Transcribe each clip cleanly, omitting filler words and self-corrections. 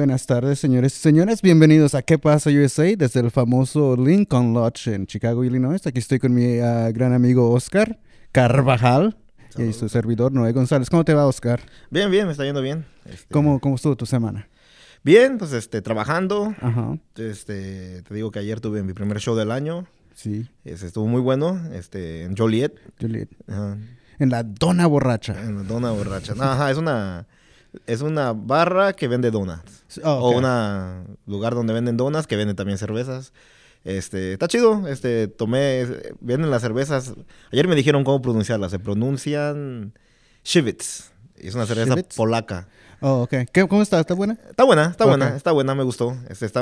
Buenas tardes, señores y señores. Bienvenidos a ¿Qué pasa USA? Desde el famoso Lincoln Lodge en Chicago, Illinois. Aquí estoy con mi gran amigo Oscar Carvajal y su servidor Noé González. ¿Cómo te va, Oscar? Bien, bien, me está yendo bien. ¿Cómo estuvo tu semana? Bien, pues trabajando. Ajá. Te digo que ayer tuve mi primer show del año. Sí. Estuvo muy bueno, en Joliet. Juliet. Ajá. En la Dona Borracha. En la Dona Borracha. No, ajá, es una barra que vende donuts. Oh, ok. O un lugar donde venden donuts que vende también cervezas. Está chido. Vienen las cervezas. Ayer me dijeron cómo pronunciarlas. Se pronuncian Shivitz. Es una cerveza Shivitz. polaca. Oh, ok. ¿Cómo está? ¿Está buena? Está buena, está Ok. buena, está buena, me gustó.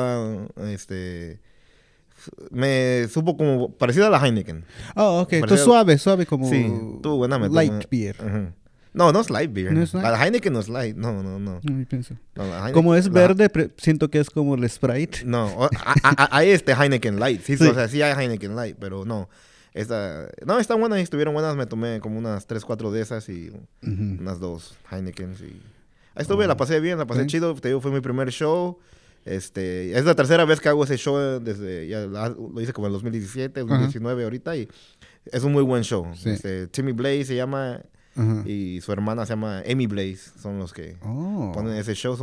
Me supo como parecida a la Heineken. Oh, ok. Parecida- Entonces suave como Sí, estuvo buena. light beer. Ujú. No, no es light beer. ¿No es light? La Heineken no es light, no. Yo pienso. No, la Heineken- Como es la- verde, siento que es como el Sprite. No, hay Heineken Light. Sí, Sí. o sea, sí hay Heineken Light, pero no. No, están buenas, estuvieron buenas. Me tomé como unas 3, 4 de esas y Ujú. unas 2 Heineken. Y ahí estuve, la pasé bien, la pasé Sí. chido. Te digo, fue mi primer show. Es la tercera vez que hago ese show lo hice como en 2017, 2019 ahorita y es un muy buen show. Sí. Timmy Blaze se llama Ajá. y su hermana se llama Amy Blaze, son los que Oh. ponen ese show,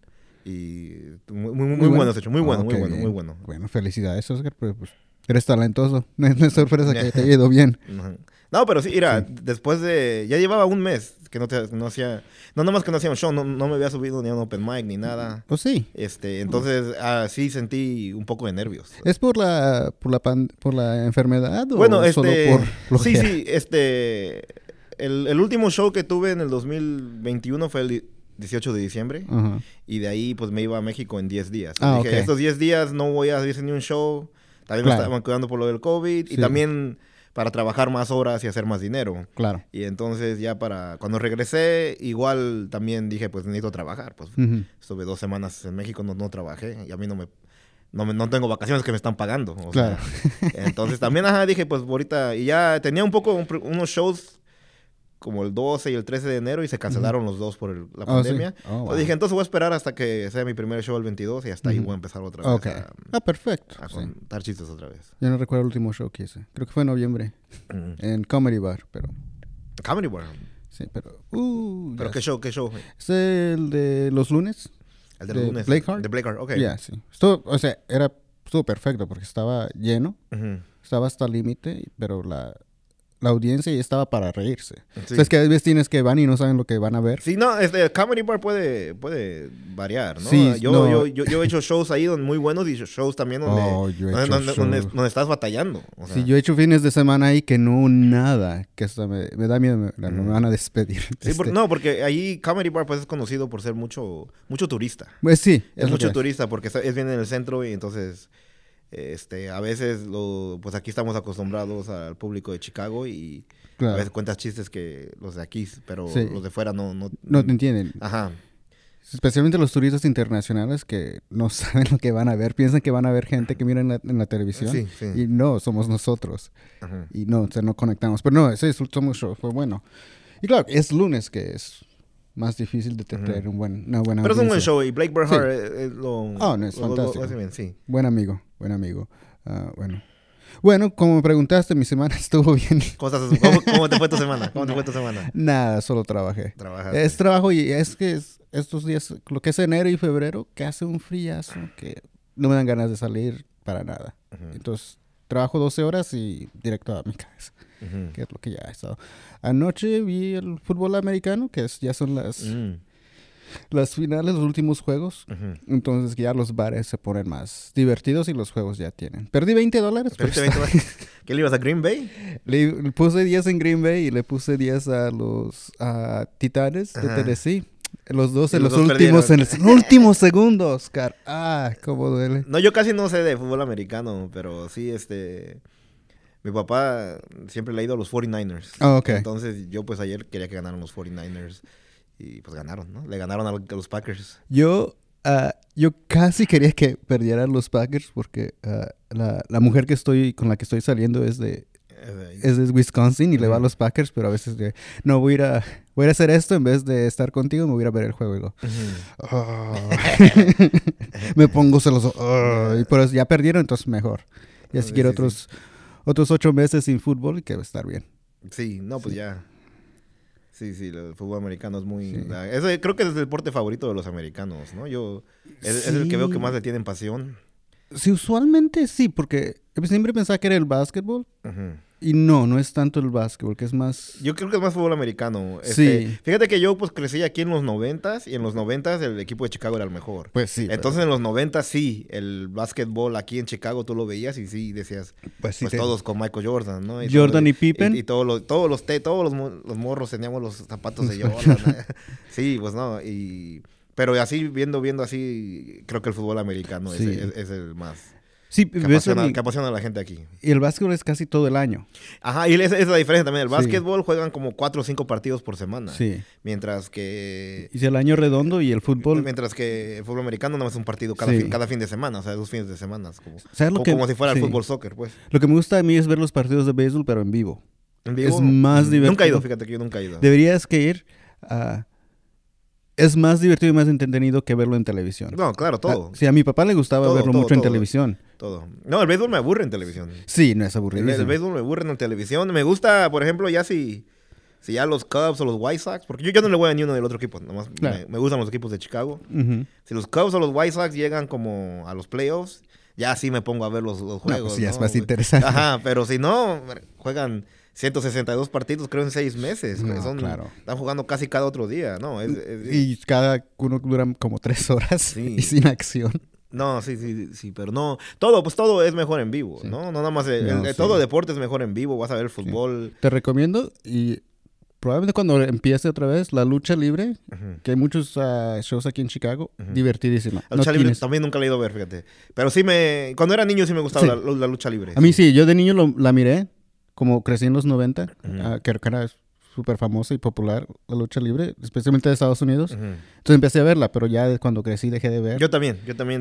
y muy bueno. bueno ese show, muy bueno, Ok, muy bueno, bien. muy bueno. Bueno, felicidades, Oscar, pues eres talentoso. No es sorpresa que te haya ido bien. Ujú. No, pero sí, mira, Sí. después ya llevaba un mes que no hacía, no nomás que no hacía un show, no me había subido ni a un open mic ni nada. ¿O sí? Entonces, sí sentí un poco de nervios. ¿Es por la enfermedad o Bueno, solo por sí, flojera? sí, el último show que tuve en el 2021 fue el 18 de diciembre. Ajá. Y de ahí, pues, me iba a México en 10 días. Ah, Dije, ok. estos 10 días no voy a hacer ni un show. También Claro. me estaban cuidando por lo del COVID. Sí. Y también para trabajar más horas y hacer más dinero. Claro. Y entonces ya cuando regresé, igual también dije, pues, necesito trabajar. Pues, Ujú. estuve 2 semanas en México, no trabajé. Y a mí no tengo vacaciones que me están pagando. O Claro. sea, entonces también, dije, pues, ahorita... Y ya tenía unos shows como el 12 y el 13 de enero y se cancelaron los dos por la Oh, sí. pandemia. Oh, wow. Entonces dije, entonces voy a esperar hasta que sea mi primer show el 22 y hasta ahí Ujú. voy a empezar otra vez Ok. Perfecto. a Sí. contar chistes otra vez. Yo no recuerdo el último show que hice. Creo que fue en noviembre. En Comedy Bar, pero... Comedy Bar. Sí, pero... ¿Pero ya. qué show? Es el de los lunes. El de los ¿De lunes. Blake Hart? De Blake Hart, ok. Ya, sí. Estuvo perfecto porque estaba lleno. Ujú. Estaba hasta el límite, pero la audiencia ya estaba para reírse. Sí. O sea, es que a veces tienes que van y no saben lo que van a ver. Sí, no, Comedy Bar puede variar, ¿no? Sí, yo he hecho shows ahí muy buenos y shows también donde, Oh, yo he hecho shows. donde estás batallando. O sea, Sí, yo he hecho fines de semana ahí que no me da miedo, me van a despedir. sí, porque ahí Comedy Bar pues es conocido por ser mucho turista. Pues sí, Es lo mucho que turista porque es bien en el centro y entonces a veces pues aquí estamos acostumbrados al público de Chicago y Claro. a veces cuentas chistes que los de aquí, pero Sí. los de fuera no. No te entienden. Ajá. Especialmente los turistas internacionales que no saben lo que van a ver. Piensan que van a ver gente que mira en la televisión. Sí, sí. Y no, somos nosotros. Ajá. Y no, no conectamos. Pero no, ese último show fue bueno. Y claro, es lunes que es más difícil de tener una buena Pero es un buen audiencia. show y Blake Sí. Burhart No, es fantástico. lo hace bien, sí. Buen amigo. Bueno, como me preguntaste, mi semana estuvo bien. ¿Cómo te fue tu semana? ¿Cómo te fue tu semana? Nada, solo trabajé. Trabajaste. Es trabajo y es que estos días, lo que es enero y febrero, que hace un friazo que no me dan ganas de salir para nada. Ujú, Entonces, trabajo 12 horas y directo a mi casa, ujú. que es lo que ya he estado. Anoche vi el fútbol americano, ya son las finales, los últimos juegos. Ujú. Entonces ya los bares se ponen más divertidos y los juegos ya tienen. Perdí $20. ¿Perdiste pero 20 dólares? ¿Qué le ibas a Green Bay? le puse 10 en Green Bay y le puse 10 a los Titanes de Ajá. Tennessee. Los dos Y en los los dos últimos, perdieron. últimos segundos, Oscar. Cómo duele. No, yo casi no sé de fútbol americano, pero sí, mi papá siempre le ha ido a los 49ers. Ah, ok. Entonces, yo pues ayer quería que ganaran los 49ers y pues ganaron, ¿no? Le ganaron a los Packers. Yo casi quería que perdieran los Packers porque la mujer con la que estoy saliendo es de Wisconsin y le va a los Packers, pero a veces no voy a voy a hacer esto en vez de estar contigo, me voy a ir a ver el juego. Y digo, me pongo celoso. Y por eso ya perdieron, entonces mejor. Y así quiero otros 8 meses sin fútbol y que va a estar bien. Sí, no, pues Sí. ya. Sí, el fútbol americano es muy... Sí. Creo que es el deporte favorito de los americanos, ¿no? Es el que veo que más le tienen pasión. Sí, usualmente sí, porque siempre pensaba que era el básquetbol. Ujú. Y no es tanto el básquetbol, que es más... Yo creo que es más fútbol americano. Sí. Fíjate que yo pues crecí aquí en los 90s y en los 90s el equipo de Chicago era el mejor. Pues sí. Entonces en los 90 sí, el básquetbol aquí en Chicago tú lo veías y sí decías, pues sí, pues todos con Michael Jordan, ¿no? Jordan y Pippen. Y todos los morros teníamos los zapatos de Jordan. Sí, pues no, pero así, viendo así, creo que el fútbol americano Sí. es el más Sí, que ves apasiona a la gente aquí. y el básquetbol es casi todo el año. Ajá, y esa es la diferencia también. El Sí. básquetbol juegan como 4 o 5 partidos por semana. Sí. Mientras que... Y si el año redondo y el fútbol... Mientras que el fútbol americano no es un partido cada, Sí. cada fin de semana, o sea, 2 fines de semana. ¿Sabes lo que- Como si fuera el sí. fútbol soccer, pues. Lo que me gusta a mí es ver los partidos de béisbol, pero en vivo. ¿En vivo? Es más divertido. Nunca he ido, fíjate que yo nunca he ido. Deberías que ir a... Es más divertido y más entretenido que verlo en televisión. No, claro, todo. Sí, a mi papá le gustaba Todo, verlo todo, mucho en todo. televisión. Todo. No, el béisbol me aburre en televisión. Sí, no es El aburridísimo. béisbol me aburre en televisión. Me gusta, por ejemplo, ya si ya los Cubs o los White Sox, porque yo no le voy a ni uno del otro equipo, nomás Claro. me gustan los equipos de Chicago. Ujú. Si los Cubs o los White Sox llegan como a los playoffs, ya sí me pongo a ver los No, juegos. pues ya es ¿no? más interesante. Ajá, pero si no, juegan 162 partidos, creo, en 6 meses. No, claro. Están jugando casi cada otro día, ¿no? Y cada uno dura como 3 horas Sí. y sin acción. No, sí, pero no. Todo es mejor en vivo, Sí. ¿no? No nada más. No, sí. Todo deporte es mejor en vivo. Vas a ver el fútbol. Te recomiendo y probablemente cuando empiece otra vez la lucha libre, Ujú. que hay muchos shows aquí en Chicago, Ujú. divertidísima. La No lucha libre tienes- también nunca la he ido a ver, fíjate. Pero sí cuando era niño sí me gustaba Sí. la lucha libre. A mí sí, yo de niño la miré, como crecí en los 90, Ujú. que era súper famosa y popular la lucha libre, especialmente de Estados Unidos. Ujú. Entonces empecé a verla, pero ya cuando crecí dejé de ver. Yo también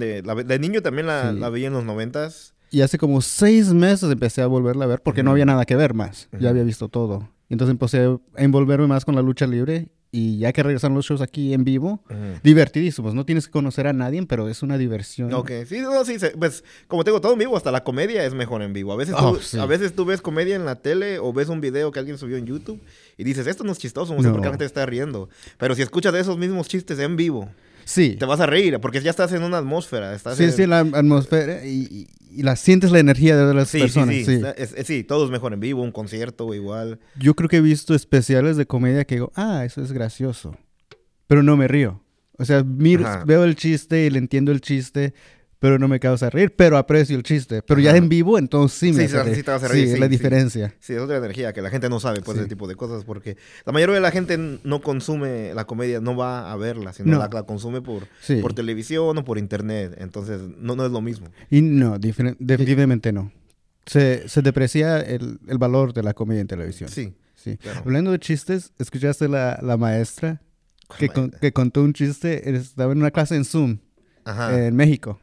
de niño también Sí. la veía en los 90s. Y hace como 6 meses empecé a volverla a ver porque no Ujú. había nada que ver más. Ujú. Ya había visto todo. Y entonces empecé a envolverme más con la lucha libre. Y ya que regresaron los shows aquí en vivo, divertidísimos. No tienes que conocer a nadie, pero es una diversión. Ok, sí, no, sí, pues como te digo, todo en vivo, hasta la comedia es mejor en vivo. Sí. A veces tú ves comedia en la tele o ves un video que alguien subió en YouTube y dices, esto no es chistoso, no sé No. por qué la gente está riendo. Pero si escuchas de esos mismos chistes en vivo, Sí. te vas a reír, porque ya estás en una atmósfera. Sí, la atmósfera y la sientes la energía de las personas. Sí. Sí, todo es mejor en vivo, un concierto igual. Yo creo que he visto especiales de comedia que digo, eso es gracioso. Pero no me río. O sea, Ajá. veo el chiste y le entiendo el chiste, pero no me causa reír, pero aprecio el chiste. Pero ya Ajá. en vivo, entonces sí me Sí, hace sí, reír. sí te vas a reír, Sí, sí, es la sí. diferencia. Sí, es otra energía que la gente no sabe, pues, Sí. ese tipo de cosas, porque la mayoría de la gente no consume la comedia, no va a verla, sino No. la consume por Sí. televisión o por internet. Entonces, no es lo mismo. Y no, definitivamente no. Se deprecia el valor de la comedia en televisión. Sí, Sí. claro. Hablando de chistes, ¿escuchaste la maestra que, ¿Cuál maestra? que contó un chiste? Estaba en una clase en Zoom Ajá. en México.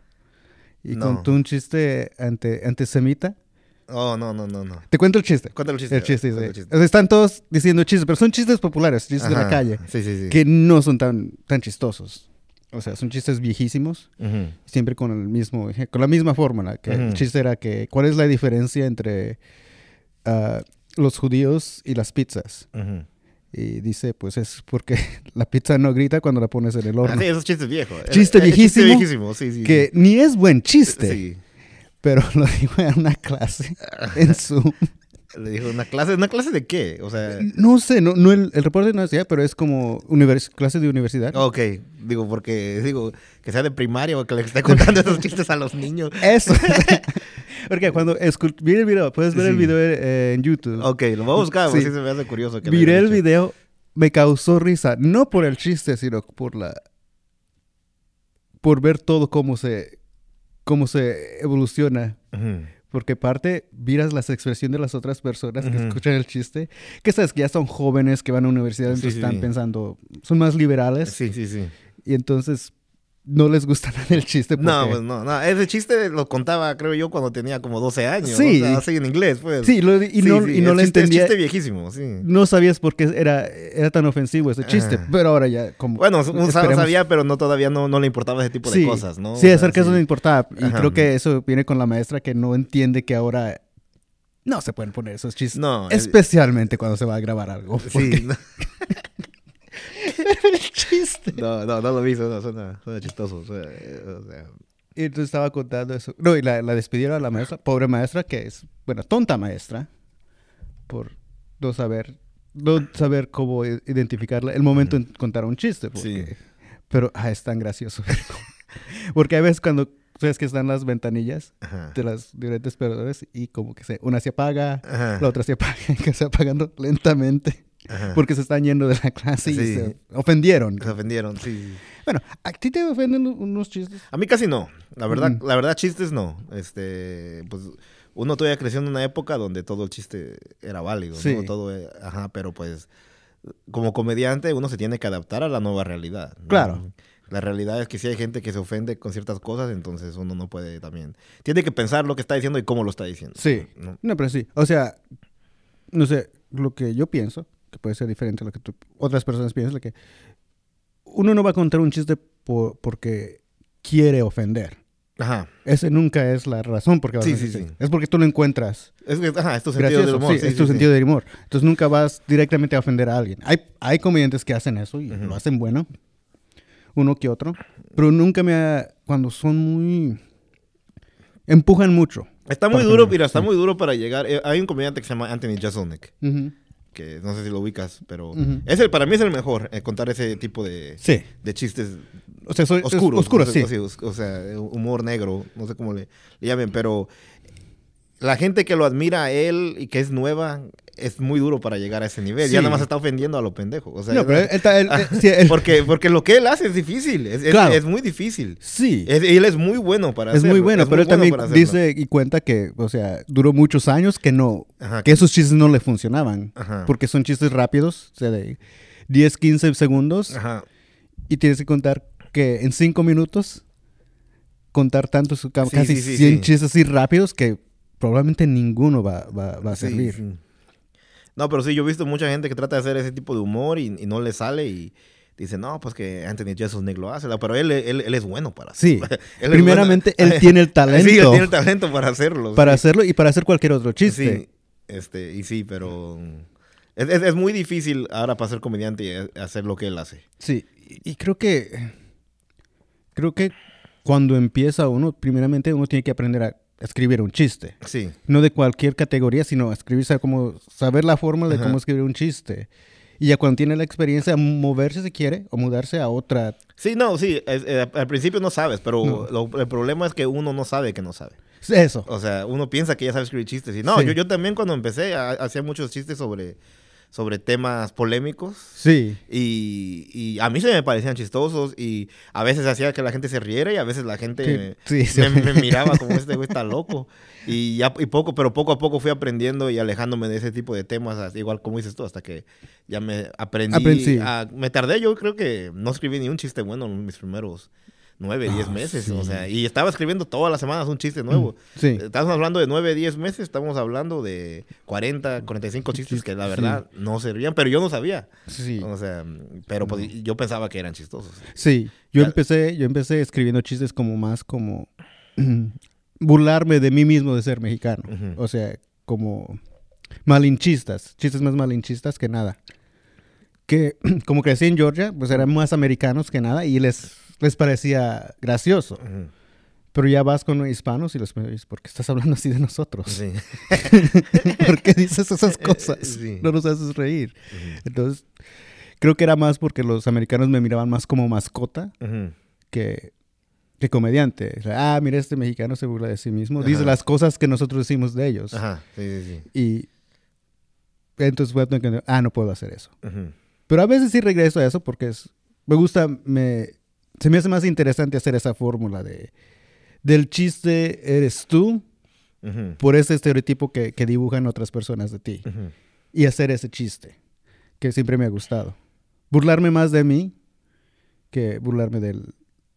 Y No. contó un chiste antisemita. Oh, no. Te cuento el chiste. Cuéntale el chiste. El chiste, cuéntale sí. el chiste. O sea, están todos diciendo chistes, pero son chistes populares, chistes de la Ajá. calle, Sí. que no son tan chistosos. O sea, son chistes viejísimos, Ujú. siempre con la misma fórmula. Que Ujú. el chiste era que, ¿cuál es la diferencia entre los judíos y las pizzas? Ujú. Y dice, pues es porque la pizza no grita cuando la pones en el horno. Ah, sí, esos chistes viejos. Chiste viejísimo, Chiste viejísimo, sí. Que ni es buen chiste, Sí. pero lo dijo en una clase en Zoom. Le dijo, ¿una clase de qué? O sea... No sé, no el reporte no decía, pero es como clase de universidad. Ok, porque que sea de primaria o que le esté contando esos chistes a los niños. Eso. Porque cuando vi el video, puedes ver el Sí. video en YouTube. Ok, lo voy a buscar, porque Sí. sí se me hace curioso. Que le Miré haya el dicho. video, me causó risa, no por el chiste, sino por ver todo cómo se evoluciona. Ujú. Porque parte, miras las expresiones de las otras personas que Ujú. escuchan el chiste, que sabes que ya son jóvenes que van a la universidad, Sí, entonces sí, están sí. pensando, son más liberales. Sí. Y entonces no les gusta nada el chiste. Porque... No, pues no. Ese chiste lo contaba, creo yo, cuando tenía como 12 años. Sí. O sea, así en inglés, pues. Sí, no lo entendía. Es chiste viejísimo, sí. No sabías por qué era tan ofensivo ese chiste, pero ahora ya como... Bueno, uno sabía, pero todavía no le importaba ese tipo de cosas, ¿no? Sí, acerca de eso no le importaba. Y creo que eso viene con la maestra que no entiende que ahora no se pueden poner esos chistes. No. Especialmente cuando se va a grabar algo. Porque... Sí. Pero el chiste. No lo vi, suena chistoso. O sea... Y entonces estaba contando eso. No, y la despidieron a la maestra, pobre maestra, que es, bueno, tonta maestra, por no saber cómo identificarla el momento en contar un chiste. Porque, sí. Pero es tan gracioso. Porque a veces cuando sabes que están las ventanillas de las diferentes perdedores y como que una se apaga, la otra se apaga, que se va apagando lentamente. Porque se están yendo de la clase y se ofendieron. Se ofendieron, sí. Bueno, ¿a ti te ofenden unos chistes? A mí casi no. La verdad, chistes no. Pues uno todavía creció en una época donde todo el chiste era válido, sí. ¿no? Todo, pero pues como comediante uno se tiene que adaptar a la nueva realidad, ¿no? Claro. La realidad es que si hay gente que se ofende con ciertas cosas, entonces uno no puede también... Tiene que pensar lo que está diciendo y cómo lo está diciendo. Sí. No, pero sí. O sea, no sé, lo que yo pienso, que puede ser diferente a lo que otras personas piensan, que uno no va a contar un chiste porque quiere ofender. Ajá. Ese nunca es la razón porque vas a decir. Sí. Es porque tú lo encuentras. Es tu sentido del humor. Sí, es tu sentido del humor. Entonces nunca vas directamente a ofender a alguien. Hay comediantes que hacen eso y lo hacen bueno. Uno que otro. Pero nunca cuando son muy... Empujan mucho. Está muy duro, mira, está muy duro para llegar. Hay un comediante que se llama Anthony Jeselnik. Que no sé si lo ubicas, pero para mí es el mejor contar ese tipo de chistes, o sea, oscuros, no sé, sí. O sea, humor negro, no sé cómo le llamen, pero la gente que lo admira a él y que es nueva, es muy duro para llegar a ese nivel. Sí. Ya nada más está ofendiendo a lo pendejo. O sea, no, pero porque lo que él hace es difícil, es muy difícil. Sí. Él es muy bueno para hacerlo. Es muy bueno, pero él también dice y cuenta que, o sea, duró muchos años que que esos chistes no le funcionaban. Porque son chistes rápidos, o sea, de 10, 15 segundos. Y tienes que contar que en 5 minutos, contar tantos, casi 100 chistes así rápidos que probablemente ninguno va a servir. Sí. No, pero sí, yo he visto mucha gente que trata de hacer ese tipo de humor y no le sale y dice, no, pues que Anthony Jeselnik lo hace. Pero él es bueno para hacerlo. Sí. Primeramente, él tiene el talento. Sí, él tiene el talento para hacerlo. Para hacerlo y para hacer cualquier otro chiste. Sí, pero es muy difícil ahora para ser comediante y hacer lo que él hace. Sí, y creo que cuando empieza uno, primeramente uno tiene que aprender a escribir un chiste. Sí. No de cualquier categoría, sino saber la forma de cómo escribir un chiste. Y ya cuando tiene la experiencia, moverse si quiere o mudarse a otra. Sí, al principio no sabes, pero el problema es que uno no sabe que no sabe. Eso. O sea, uno piensa que ya sabe escribir chistes. Y no, yo también cuando empecé hacía muchos chistes sobre temas polémicos. Sí. Y a mí se me parecían chistosos y a veces hacía que la gente se riera y a veces la gente me miraba como este güey está loco. Pero poco a poco fui aprendiendo y alejándome de ese tipo de temas, igual como dices tú, hasta que ya me aprendí. Me tardé, yo creo que no escribí ni un chiste bueno en mis primeros 9, 10 meses, sí. O sea, y estaba escribiendo todas las semanas un chiste nuevo. Sí. Estamos hablando de 9, 10 meses, estamos hablando de 40, 45 chistes que la verdad no servían, pero yo no sabía. Sí. O sea, pero pues, yo pensaba que eran chistosos. Sí, yo empecé escribiendo chistes como burlarme de mí mismo de ser mexicano. O sea, como malinchistas, chistes más malinchistas que nada. Que como crecí en Georgia, pues eran más americanos que nada y les parecía gracioso. Pero ya vas con hispanos y los dices, ¿por qué estás hablando así de nosotros? Sí. ¿Por qué dices esas cosas? Sí. No nos haces reír. Entonces, creo que era más porque los americanos me miraban más como mascota que comediante. O sea, mira, este mexicano se burla de sí mismo. Dice las cosas que nosotros decimos de ellos. Sí. Y entonces voy a tener que... no puedo hacer eso. Pero a veces sí regreso a eso porque me gusta... Se me hace más interesante hacer esa fórmula del chiste eres tú por ese estereotipo que dibujan otras personas de ti. Y hacer ese chiste, que siempre me ha gustado. Burlarme más de mí que burlarme del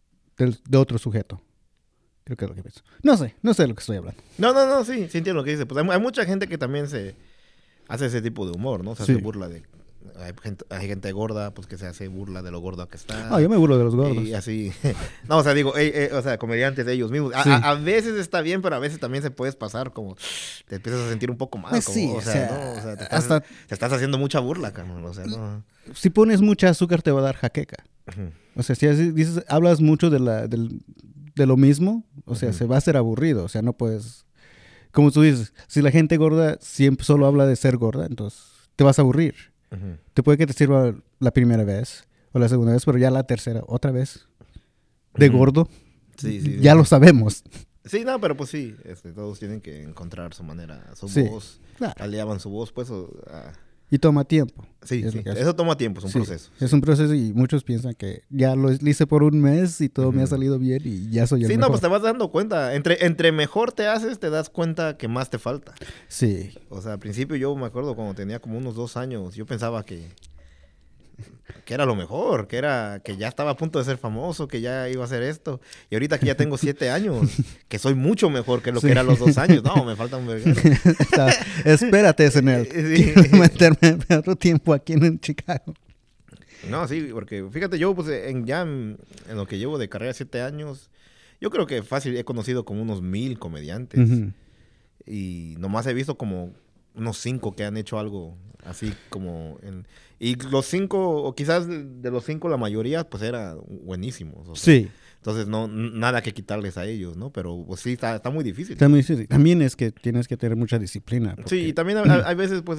de otro sujeto. Creo que es lo que pienso. No sé de lo que estoy hablando. No, sí entiendo lo que dice. Pues hay mucha gente que también se hace ese tipo de humor, ¿no? Se hace burla de... Hay gente gorda, pues que se hace burla de lo gorda que está. Yo me burlo de los gordos. Y así. No, o sea, digo, o sea, comediantes de ellos mismos. Sí. A veces está bien, pero a veces también se puedes pasar como... Te empiezas a sentir un poco mal. Pues como, sí, o sea, ¿no? O sea, te estás haciendo mucha burla, cabrón. O sea, no... Si pones mucha azúcar te va a dar jaqueca. Ujú. O sea, si dices, hablas mucho de lo mismo, o sea, se va a hacer aburrido. O sea, no puedes... Como tú dices, si la gente gorda siempre solo habla de ser gorda, entonces te vas a aburrir. Ujú. Te puede que te sirva la primera vez o la segunda vez, pero ya la tercera, otra vez, de gordo, Sí. ya lo sabemos. Sí, no, pero pues sí, todos tienen que encontrar su manera, su Sí, voz, claro. aleaban su voz, pues, Y toma tiempo. sí, Es lo que hace. eso toma tiempo, es un Sí, proceso. es un proceso y muchos piensan que ya lo hice por un mes y todo me ha salido bien y ya soy el Sí, no, mejor. pues te vas dando cuenta, entre mejor te haces, te das cuenta que más te falta. Sí, O sea, al principio yo me acuerdo cuando tenía como unos 2 años, yo pensaba que era lo mejor, que ya estaba a punto de ser famoso, que ya iba a hacer esto. Y ahorita que ya tengo 7 años, que soy mucho mejor que lo que era a los 2 años. No, me falta un verguero. espérate, Senel. Sí. Quiero meterme otro tiempo aquí en Chicago. No, sí, porque fíjate, yo pues en lo que llevo de carrera 7 años, yo creo que fácil he conocido como unos 1000 comediantes. Ujú. Y nomás he visto como unos 5 que han hecho algo así como... Y los 5, o quizás de los 5 la mayoría, pues eran buenísimos. O sea, Sí, entonces, nada que quitarles a ellos, ¿no? Pero pues sí, está muy difícil. también es que tienes que tener mucha disciplina. Sí, y también hay veces, pues,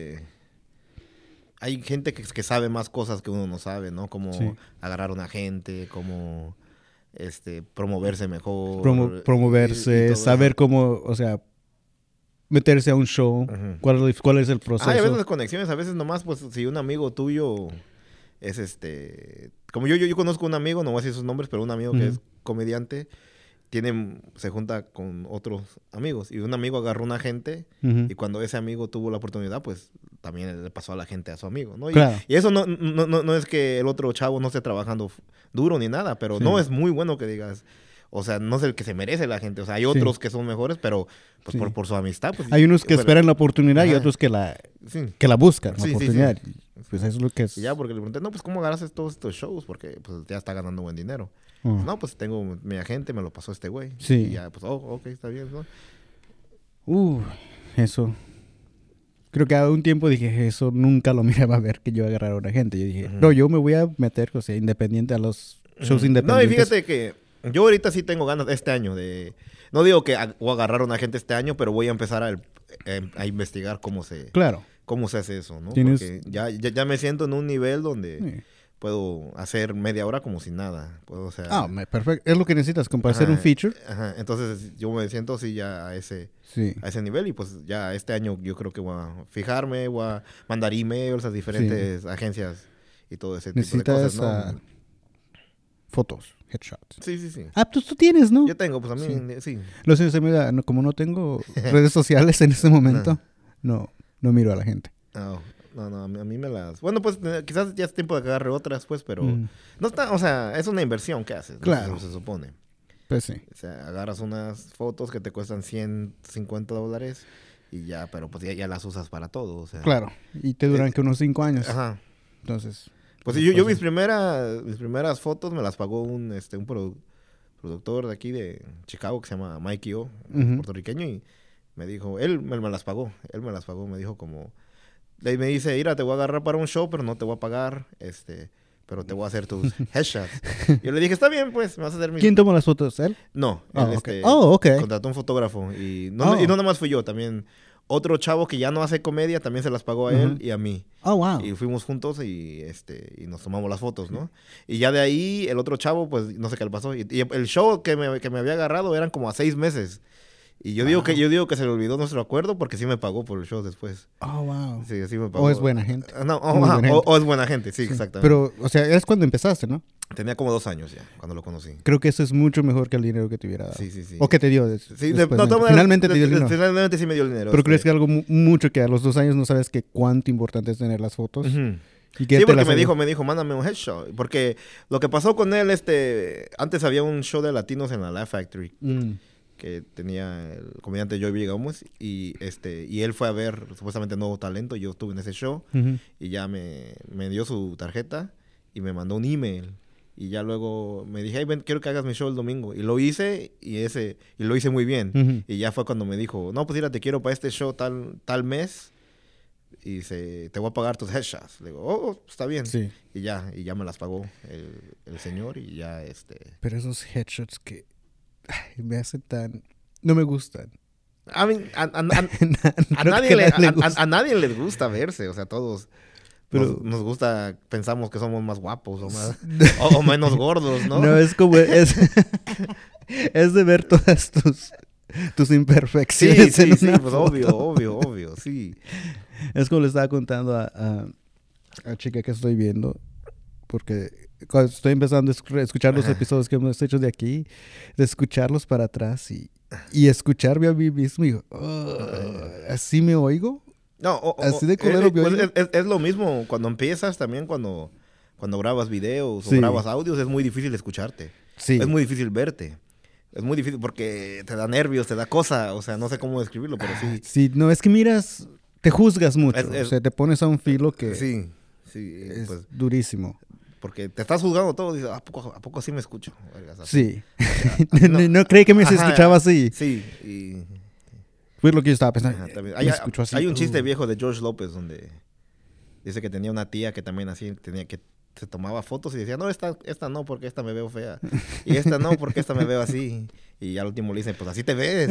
hay gente que sabe más cosas que uno no sabe, ¿no? Como Sí. agarrar a una gente, como promoverse mejor. Promoverse, y todo saber eso. cómo, o sea, meterse a un show, Ujú. cuál es el proceso. Hay a veces conexiones, a veces nomás, pues, si un amigo tuyo es como yo conozco un amigo, no voy a decir sus nombres, pero un amigo que Ujú. es comediante, se junta con otros amigos, y un amigo agarró una gente, Ujú. y cuando ese amigo tuvo la oportunidad, pues, también le pasó a la gente a su amigo, ¿no? Claro. Y eso no es que el otro chavo no esté trabajando duro ni nada, pero Sí. no es muy bueno que digas... O sea, no es el que se merece la gente. O sea, hay otros que son mejores, pero pues Sí. por su amistad. Pues, Hay unos que pero- esperan la oportunidad y Ajá. otros que la Sí. buscan, la Sí, sí, oportunidad. Pues eso es lo que es. Y ya, porque le pregunté, no, pues, ¿cómo agarras todos estos shows? Porque, pues, ya está ganando buen dinero. Oh. No, pues, tengo mi agente, me lo pasó este güey. Sí. Y ya, pues, ok, está bien, ¿no? Eso. Creo que a un tiempo dije, eso nunca lo miraba a ver que yo agarrara a una gente. Yo dije, Ujú. no, yo me voy a meter, o sea, independiente a los shows No, y independientes. fíjate que yo ahorita sí tengo ganas este año de... No digo que voy a agarrar a una agente este año, pero voy a empezar a investigar cómo se Claro. hace eso, ¿no? Tienes- Porque ya me siento en un nivel donde Sí. puedo hacer media hora como si nada. Puedo, o sea... Perfecto. Es lo que necesitas, como para hacer un Ajá, feature. Ajá, entonces yo me siento así ya a ese Sí. nivel, y pues ya este año yo creo que voy a fijarme, voy a mandar emails a diferentes agencias y todo ese tipo de Necesitas cosas, ¿no? fotos, headshots. Sí. Pues tú tienes, ¿no? Yo tengo, pues a mí, sí. Lo sé, se me da, como no tengo redes sociales en este momento, no miro a la gente. No, a mí me las... Bueno, pues quizás ya es tiempo de que agarre otras, pues, pero... Mm. No está, o sea, es una inversión que haces, ¿no? Claro. Se supone. Pues sí. O sea, agarras unas fotos que te cuestan $150 y ya, pero pues ya las usas para todo, o sea. Claro. Y te duran que unos 5 años. Ajá. Entonces. Pues sí, yo mis primeras fotos me las pagó un productor de aquí de Chicago que se llama Mikey O, Ujú. puertorriqueño, y me dijo, él me las pagó, me dijo como, me dice, mira, te voy a agarrar para un show, pero no te voy a pagar, pero te voy a hacer tus headshots. Yo le dije, está bien, pues, me vas a hacer mis... ¿Quién tomó las fotos? ¿Él? No, Ah, él ok. Ok. contrató un fotógrafo, y Oh. no nomás fui yo, también otro chavo que ya no hace comedia también se las pagó a él Ujú. y a mí. Oh, wow. Y fuimos juntos y nos tomamos las fotos, ¿no? Y ya de ahí, el otro chavo, pues, no sé qué le pasó. Y el show que me había agarrado eran como a 6 meses. Y yo digo que se le olvidó nuestro acuerdo porque sí me pagó por el show después. Oh, wow. Sí, sí me pagó. O es buena gente. No, Muy buena gente. o es buena gente, sí, exactamente. Pero, o sea, es cuando empezaste, ¿no? Tenía como 2 años ya, cuando lo conocí. Creo que eso es mucho mejor que el dinero que te hubiera dado. Sí. O que te dio. Sí, Finalmente te dio el dinero. Finalmente sí me dio el dinero. Pero crees que algo mucho que a los 2 años no sabes que cuánto importante es tener las fotos. Ujú. ¿Y qué Sí, te porque las me ayudó? dijo, mándame un headshot. Porque lo que pasó con él, antes había un show de latinos en la Laugh Factory que tenía el comediante Joey Gómez y él fue a ver supuestamente Nuevo Talento. Yo estuve en ese show Ujú. y ya me dio su tarjeta y me mandó un email. Y ya luego me dije, hey, ven, quiero que hagas mi show el domingo. Y lo hice y lo hice muy bien. Ujú. Y ya fue cuando me dijo, no, pues mira, te quiero para este show tal mes. Y dice, te voy a pagar tus headshots. Le digo, está bien. Sí. Y ya me las pagó el señor y ya Pero esos headshots que me hacen tan... No me gustan. I mean, a Creo nadie que le, nadie le gusta. a nadie les gusta verse, o sea, todos Pero- nos gusta, pensamos que somos más guapos o más o menos gordos, ¿no? No, es como... Es de ver todas tus Sí, imperfecciones sí, en sí, una pues foto. obvio, sí. Es como le estaba contando a la chica que estoy viendo, porque cuando estoy empezando a escuchar los Ajá. episodios que hemos hecho de aquí, de escucharlos para atrás y escucharme a mí mismo, y digo, ¿así me oigo? No, Así de culero me pues oigo. es lo mismo cuando empiezas también cuando grabas videos o Sí. grabas audios, es muy difícil escucharte. Sí. Es muy difícil verte. Es muy difícil porque te da nervios, te da cosa, o sea, no sé cómo describirlo, pero sí. Sí, no, es que miras, te juzgas mucho, Es- o sea, te pones a un filo que Sí, es pues durísimo. porque te estás juzgando todo, dices, ¿a poco así me escucho? Vergas, Sí. así. no creí que me se Ajá, escuchaba así. Sí, y Fue lo que yo estaba pensando. ajá, también. Me escuchó así. Hay un chiste viejo de George López donde dice que tenía una tía que también así tenía que se tomaba fotos y decía, no, esta no, porque esta me veo fea. Y esta no, porque esta me veo así. Y al último le dicen, pues así te ves.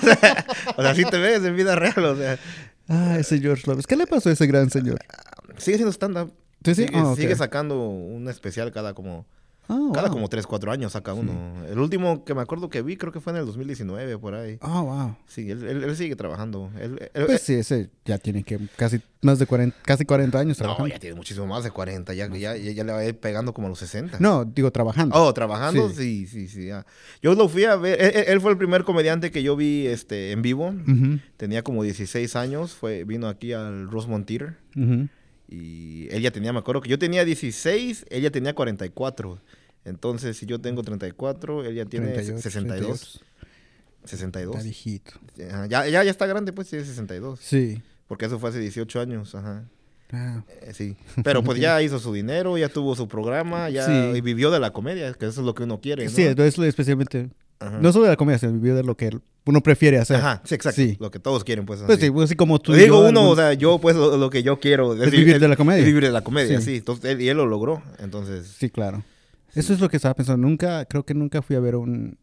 O sea, así te ves en vida real. O sea, Ah, ese George López. ¿Qué le pasó a ese gran señor? sigue siendo stand-up. ¿Sí, sí? Sigue, Ah, ok. sigue sacando un especial cada como Ah, wow. 3, 4 años saca uno. El último que me acuerdo que vi creo que fue en el 2019, por ahí. Ah, wow. Sí, él sigue trabajando. Pues sí, ese ya tiene que casi más de 40, casi 40 años no, trabajando. ya tiene muchísimo más de 40. Ya le va a ir pegando como a los 60. No, digo trabajando. Oh, trabajando, sí. Ya. Yo lo fui a ver. Él fue el primer comediante que yo vi en vivo. Ujú, Tenía como 16 años. Vino aquí al Rosemont Theater. ujú. Y él ya tenía, me acuerdo que yo tenía 16, ella tenía 44. Entonces, si yo tengo 34, él ya tiene 38, 62. 32. 62. Está viejito. Ajá, ya está grande, pues, tiene 62. Sí. Porque eso fue hace 18 años, ajá. Ah, Sí. Pero pues ya hizo su dinero, ya tuvo su programa, ya Sí. y vivió de la comedia, que eso es lo que uno quiere, ¿no? sí, entonces especialmente... Ajá. No solo de la comida, sino vivir de lo que uno prefiere hacer. Ajá, sí, exacto. Sí. Lo que todos quieren, pues. Pues así. sí, pues así como tú y Digo yo, uno, algún- o sea, yo pues lo que yo quiero Es vivir de la comedia. es vivir de la comedia, Sí. sí. Entonces, él lo logró, entonces. Sí, claro. Eso es lo que estaba pensando. Creo que nunca fui a ver a un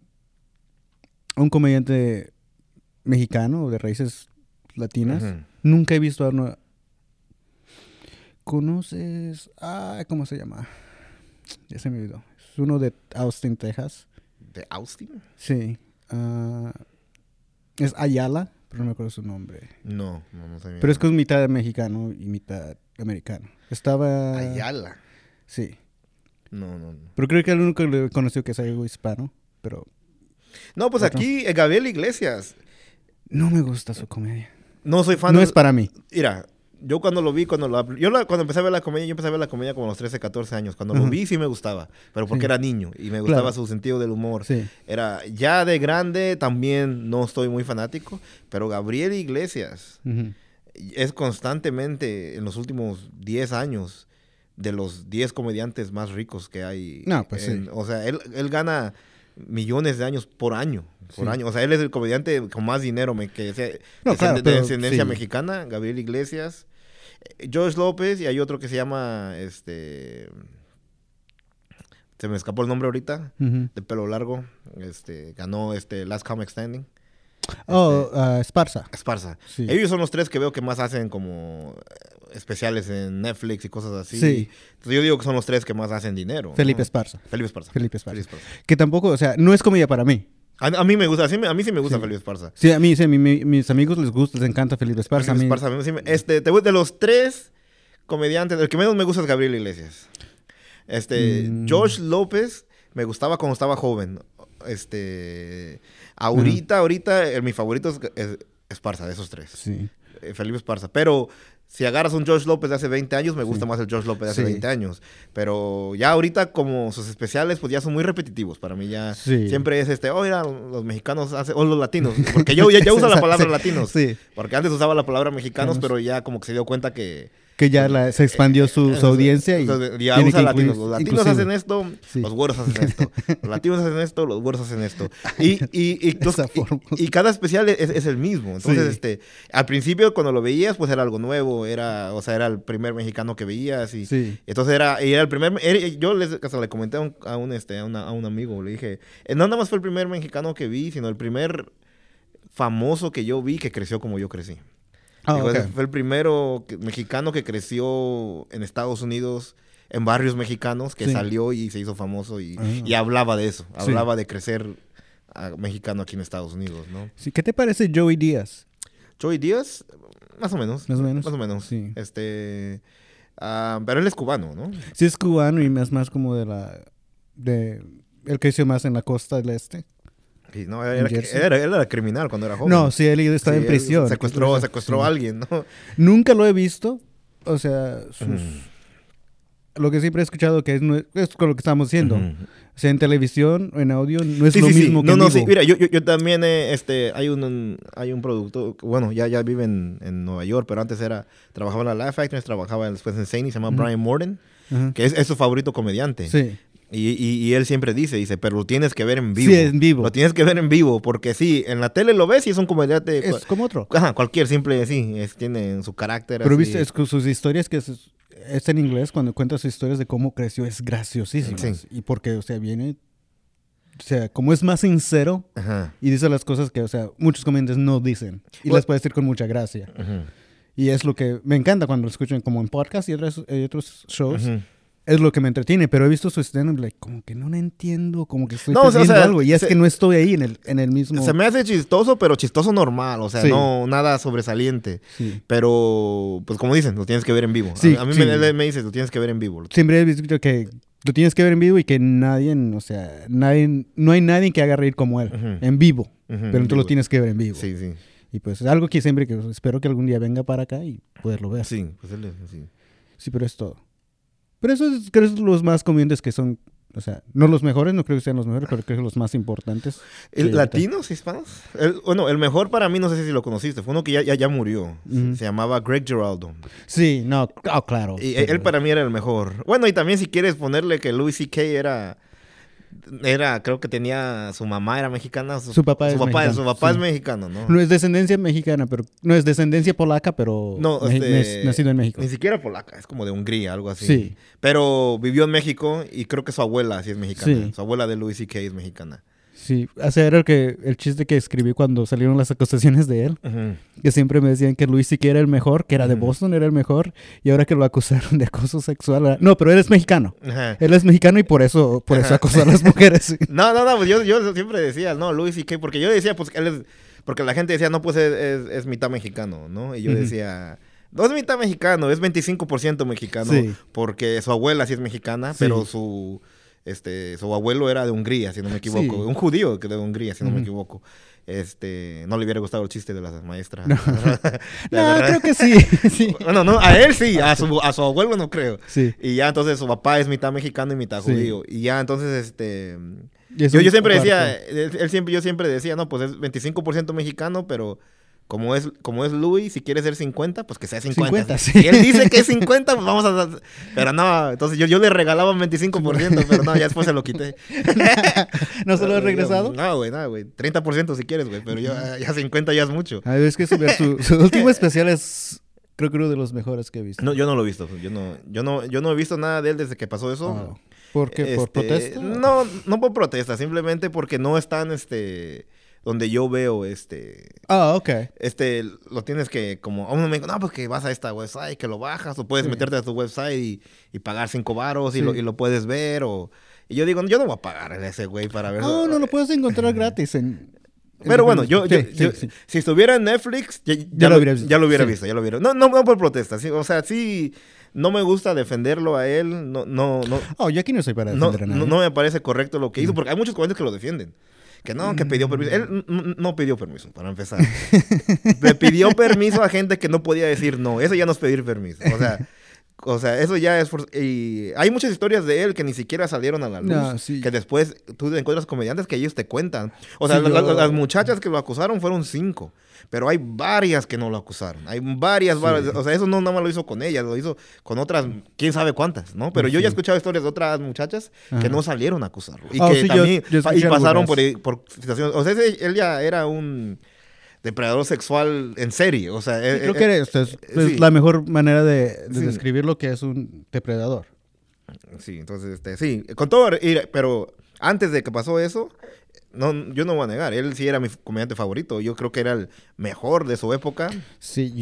comediante mexicano o de raíces latinas. Ujú. Nunca he visto a uno. ¿Conoces? ¿Cómo se llama? Ya se me olvidó. Es uno de Austin, Texas. ¿De Austin? Sí. Es Ayala, pero no me acuerdo su nombre. No sé. Pero es que es mitad mexicano y mitad americano. Estaba... Ayala. Sí. No. Pero creo que el único que le conoció que es algo hispano. Pero No, pues Otro. aquí, Gabriel Iglesias. no me gusta su comedia. No soy fan. No es para mí. Mira, yo cuando lo vi, cuando empecé a ver la comedia, yo empecé a ver la comedia como a los 13, 14 años. Cuando lo Ajá. vi sí me gustaba, pero porque Sí. era niño y me gustaba Claro. su sentido del humor. Sí. Era ya de grande, también no estoy muy fanático, pero Gabriel Iglesias Ujú. es constantemente en los últimos 10 años de los 10 comediantes más ricos que hay. No, pues sí. O sea, él gana millones de años por año. Sí. O sea, él es el comediante con más dinero que sea No, claro, de pero descendencia sí. mexicana, Gabriel Iglesias. George López y hay otro que se llama, se me escapó el nombre ahorita, Ujú. de pelo largo, ganó Last Comic Standing. Esparza. Esparza. Sí. Ellos son los tres que veo que más hacen como especiales en Netflix y cosas así. Sí. Entonces yo digo que son los tres que más hacen dinero. Felipe ¿no? Esparza. Felipe Esparza. Felipe Esparza. Felipe Esparza. Que tampoco, o sea, no es comedia para mí. A mí me gusta, a mí sí me gusta Sí. Felipe Esparza. Sí, a mí, sí, mis amigos les gusta, les encanta Felipe Esparza. Felipe A mí- Esparza, a mí sí de los tres comediantes, el que menos me gusta es Gabriel Iglesias. George López me gustaba cuando estaba joven. Ahorita, mi favorito es Esparza, de esos tres. Sí. Felipe Esparza. Pero Si agarras un George López de hace 20 años, me gusta Sí. más el George López de hace Sí. 20 años. Pero ya ahorita, como sus especiales, pues ya son muy repetitivos. Para mí ya Sí. siempre es mira, los mexicanos hacen, o los latinos. Porque yo ya uso la palabra Sí. latinos. Sí. Porque antes usaba la palabra mexicanos, Mexicanos. pero ya como que se dio cuenta que... Que ya se expandió su audiencia y Entonces, ya tiene usa que latinos. incluir- Los latinos inclusive. hacen esto, Sí. los güeros hacen esto. Los latinos hacen esto, los güeros hacen esto. Entonces, Esa forma. y cada especial es el mismo. Entonces, Sí. al principio cuando lo veías, pues era algo nuevo. Era el primer mexicano que veías. Y Sí. entonces era el primer... yo hasta le comenté a un amigo, le dije, no nada más fue el primer mexicano que vi, sino el primer famoso que yo vi que creció como yo crecí. Ah, Digo, ok. ese fue el primero mexicano que creció en Estados Unidos, en barrios mexicanos, que Sí. salió y se hizo famoso y Ah. hablaba de eso. Sí. Hablaba de crecer mexicano aquí en Estados Unidos, ¿no? Sí, ¿qué te parece Joey Díaz? Joey Díaz, más o menos. Más o menos. Más o menos. Sí. Pero él es cubano, ¿no? Sí, es cubano y más como él creció más en la costa del este. Sí, no, En Jersey. él era criminal cuando era joven. No, sí, él estaba Sí, en prisión. Secuestró Sí. a alguien, ¿no? Nunca lo he visto. O sea, Ujú. lo que siempre he escuchado que es con lo que estamos haciendo. Ujú. O sea, en televisión o en audio no es Sí, lo sí, sí. mismo que No, en no, vivo. sí. Mira, yo también, hay un producto, bueno, ya vive en Nueva York, pero antes trabajaba en la Laugh Factory, trabajaba después en Sony, se llama Ujú. Brian Morton, Ajá. que es su favorito comediante. Sí. Y él siempre dice, pero lo tienes que ver en vivo. Sí, en vivo. Lo tienes que ver en vivo, porque sí, en la tele lo ves y es un comediante. Es como otro. Ajá, cualquier simple, sí, tiene su carácter. Pero así. viste, es que sus historias que es en inglés, cuando cuenta sus historias de cómo creció, es graciosísimo. Sí. Y porque, o sea, como es más sincero Ajá. y dice las cosas que, o sea, muchos comediantes no dicen. Y Bueno. las puede decir con mucha gracia. Ujú. Y es lo que me encanta cuando lo escuchan como en podcast y otros shows. Ujú. Es lo que me entretiene, pero he visto su stand-up, como que no lo entiendo, como que estoy No, o sea, perdiendo algo. Y es se- que no estoy ahí en el mismo... Se me hace chistoso, pero chistoso normal, o sea, Sí. no nada sobresaliente. Sí. Pero, pues como dicen, lo tienes que ver en vivo. Sí, a mí sí. me dice, lo tienes que ver en vivo. Siempre he visto que lo tienes que ver en vivo y que nadie, o sea, no hay nadie que haga reír como él, Ujú. en vivo. Ujú, Pero en tú lo vivo. tienes que ver en vivo. Sí, sí. Y pues es algo que siempre que espero que algún día venga para acá y poderlo ver. Sí, Sí, pues él es así. pero es todo. Pero eso creo que es los más comunes que son, o sea, no los mejores, no creo que sean los mejores, pero creo que los más importantes. Sí, ¿Latinos, hispanos? El mejor para mí, no sé si lo conociste, fue uno que ya murió. Ujú. Se llamaba Greg Giraldo. Sí, no, claro. Y pero- él para mí era el mejor. Bueno, y también si quieres ponerle que Louis C.K. creo que tenía, su mamá era mexicana. Su papá es mexicano, Su papá sí. es mexicano, ¿no? No es descendencia mexicana, pero no es descendencia polaca, pero No, es nacido en México. Ni siquiera polaca, es como de Hungría, algo así. Sí. Pero vivió en México y creo que su abuela sí es mexicana. Sí. Su abuela de Louis C.K. es mexicana. Sí, o sea, era el chiste que escribí cuando salieron las acusaciones de él, Ujú. que siempre me decían que Luis sí que era el mejor, que era de Ujú. Boston, era el mejor, y ahora que lo acusaron de acoso sexual, no, pero él es mexicano. Ajá. Él es mexicano y por eso acosó a las mujeres. No, pues yo siempre decía, no, Louis C.K., porque yo decía, pues, porque la gente decía, no, pues es mitad mexicano, ¿no? Y yo Ujú. decía, no es mitad mexicano, es 25% mexicano, Sí. porque su abuela sí es mexicana, Sí. pero su abuelo era de Hungría, si no me equivoco. Sí. Un judío que de Hungría, si no me Ujú. equivoco. No le hubiera gustado el chiste de la maestra. No. De No, agarrar- creo que sí. Sí. Bueno, no, a él sí, a su abuelo no creo. Sí. Y ya entonces su papá es mitad mexicano y mitad Sí. judío. Y ya entonces, Y es yo un siempre decía, cuarto. yo siempre decía, no, pues es 25% mexicano, pero como es Louis, si quiere ser 50, pues que sea 50. 50, sí. Si él dice que es 50, pues vamos a... Pero no, entonces yo le regalaba un 25%, pero no, ya después se lo quité. ¿No se lo has regresado? No, güey, 30% si quieres, güey, pero ya 50 ya es mucho. A ver, es que su último especial es, creo que uno de los mejores que he visto. No, yo no lo he visto, yo no he visto nada de él desde que pasó eso. Ah, ¿por qué? ¿Por protesta? No por protesta, simplemente porque no están, donde yo veo, Ah, ok. lo tienes que, como, a uno me dijo, no, pues que vas a esta website, que lo bajas, o puedes Sí. meterte a tu website y pagar 5 varos Sí. y lo puedes ver, y yo digo, yo no voy a pagar a ese güey para ver No, eso. no lo puedes encontrar gratis en... Pero bueno, Sí, sí, sí. si estuviera en Netflix, Ya lo hubiera visto. ya lo hubiera Sí. visto, ya lo hubiera. No por protesta, sí, o sea, sí, no me gusta defenderlo a él, no. Oh, yo aquí no soy para No, defender a nadie. no me parece correcto lo que hizo, porque hay muchos comediantes que lo defienden. Que no, que pidió permiso. Él no pidió permiso, para empezar. Le pidió permiso a gente que no podía decir no. Eso ya no es pedir permiso. O sea, eso ya es... Y hay muchas historias de él que ni siquiera salieron a la luz. No, sí. Que después tú encuentras comediantes que ellos te cuentan. O sea, Sí, las muchachas que lo acusaron fueron 5. Pero hay varias que no lo acusaron. Hay varias. O sea, eso no nada más lo hizo con ella. Lo hizo con otras, quién sabe cuántas, ¿no? Pero yo ya he escuchado historias de otras muchachas que no salieron a acusarlo. Y que sí, también... yo y pasaron algunas. por situaciones... O sea, él ya era un... depredador sexual en serie, o sea... Creo que es sí. la mejor manera de Sí. describir lo que es un depredador. Sí, entonces, sí, con todo... Pero antes de que pasó eso, no, yo no voy a negar, él sí era mi comediante favorito. Yo creo que era el mejor de su época. Sí,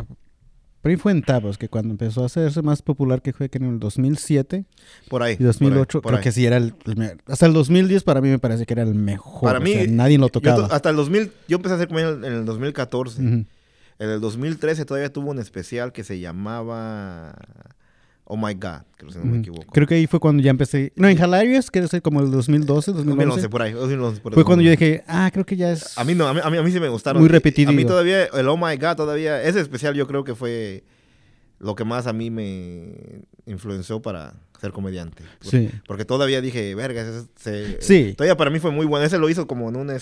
por ahí fue en Tabos, que cuando empezó a hacerse más popular, que fue que en el 2007 Por ahí. y 2008, por creo ahí. que sí era hasta el 2010 para mí me parece que era el mejor. Para mí... o sea, nadie lo tocaba. hasta el 2000... Yo empecé a hacer comedia en el 2014. Ujú. En el 2013 todavía tuvo un especial que se llamaba... Oh My God, creo que si no me equivoco. Creo que ahí fue cuando ya empecé. No, en Hilarious, que es como el 2012, 2011. 2011, por ahí. 2011, por ahí. Fue cuando yo dije, creo que ya es... A mí no, a mí sí me gustaron. Muy repetido. A mí todavía, el Oh My God todavía, ese especial yo creo que fue lo que más a mí me influenció para ser comediante. Sí. Porque todavía dije, verga, Sí. todavía para mí fue muy bueno. Ese lo hizo como en un,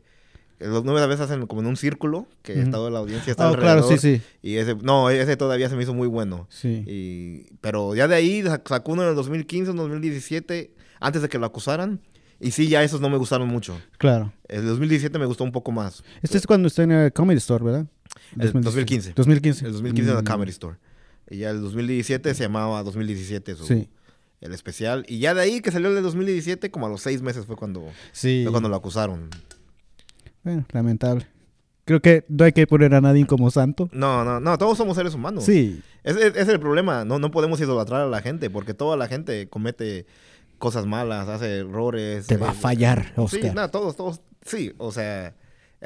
los 9 veces hacen como en un círculo, que toda la audiencia está alrededor. Claro, sí. Y ese todavía se me hizo muy bueno. Sí. Pero ya de ahí sacó uno en el 2015, en el 2017, antes de que lo acusaran. Y sí, ya esos no me gustaron mucho. Claro. El 2017 me gustó un poco más. Este es cuando está en el Comedy Store, ¿verdad? El 2015. 2015. El 2015 en la Comedy Store. Y ya el 2017 se llamaba 2017 el especial. Y ya de ahí que salió el de 2017, como a los 6 meses fue cuando lo acusaron. Bueno, lamentable. Creo que no hay que poner a nadie como santo. No, todos somos seres humanos. Sí. Ese es el problema. No podemos idolatrar a la gente, porque toda la gente comete cosas malas, hace errores. Te va a fallar, Oscar. Sí, todos. Sí, o sea,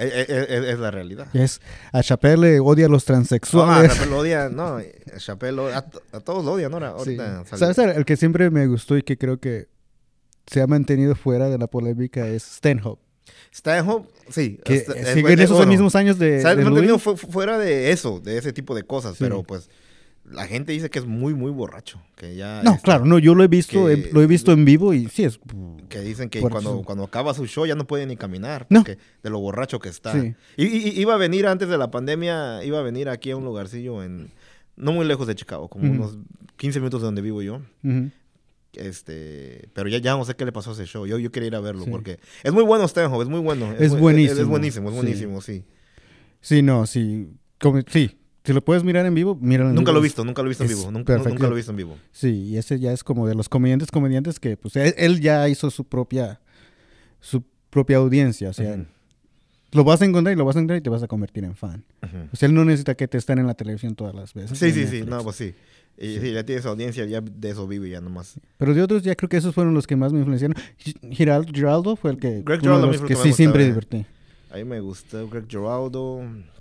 es la realidad. A Chappelle odia a los transexuales. A Chappelle lo odia, no, a Chappelle a todos lo odian ahora. Ahorita ¿Sabes? El que siempre me gustó y que creo que se ha mantenido fuera de la polémica es Stanhope. Stanhope, sí. Que sigue en esos mismos años de se ha mantenido Louis. fuera de eso, de ese tipo de cosas, Sí. pero pues la gente dice que es muy, muy borracho. Que ya No, claro, no, yo lo he visto, que- lo he visto en vivo y sí es... que dicen que Fuertísimo. cuando acaba su show ya no puede ni caminar, No. porque de lo borracho que está. Sí. Y iba a venir antes de la pandemia, iba a venir aquí a un lugarcillo no muy lejos de Chicago, como unos 15 minutos de donde vivo yo. Ujú. Pero ya no sé qué le pasó a ese show. Yo quería ir a verlo Sí. porque es muy bueno Stanhope, es muy bueno. Es buenísimo. Es buenísimo, sí. Sí, no, sí. Sí, si lo puedes mirar en vivo, míralo en Nunca vivo. lo he visto en Es vivo. perfecto. Nunca lo he visto en vivo. Sí, y ese ya es como de los comediantes que, pues, él ya hizo su propia audiencia. O sea, Ujú. lo vas a encontrar y te vas a convertir en fan. Ujú. O sea, él no necesita que te estén en la televisión todas las veces. Sí, en sí, Netflix. no, pues sí. Y sí, ya tiene su audiencia, ya de eso vive ya nomás. Pero de otros ya creo que esos fueron los que más me influenciaron. Giraldo fue el que... Greg uno de Giraldo a mí los fue que el que sí me siempre gustaba. divertí. A mí me gustó Greg Giraldo,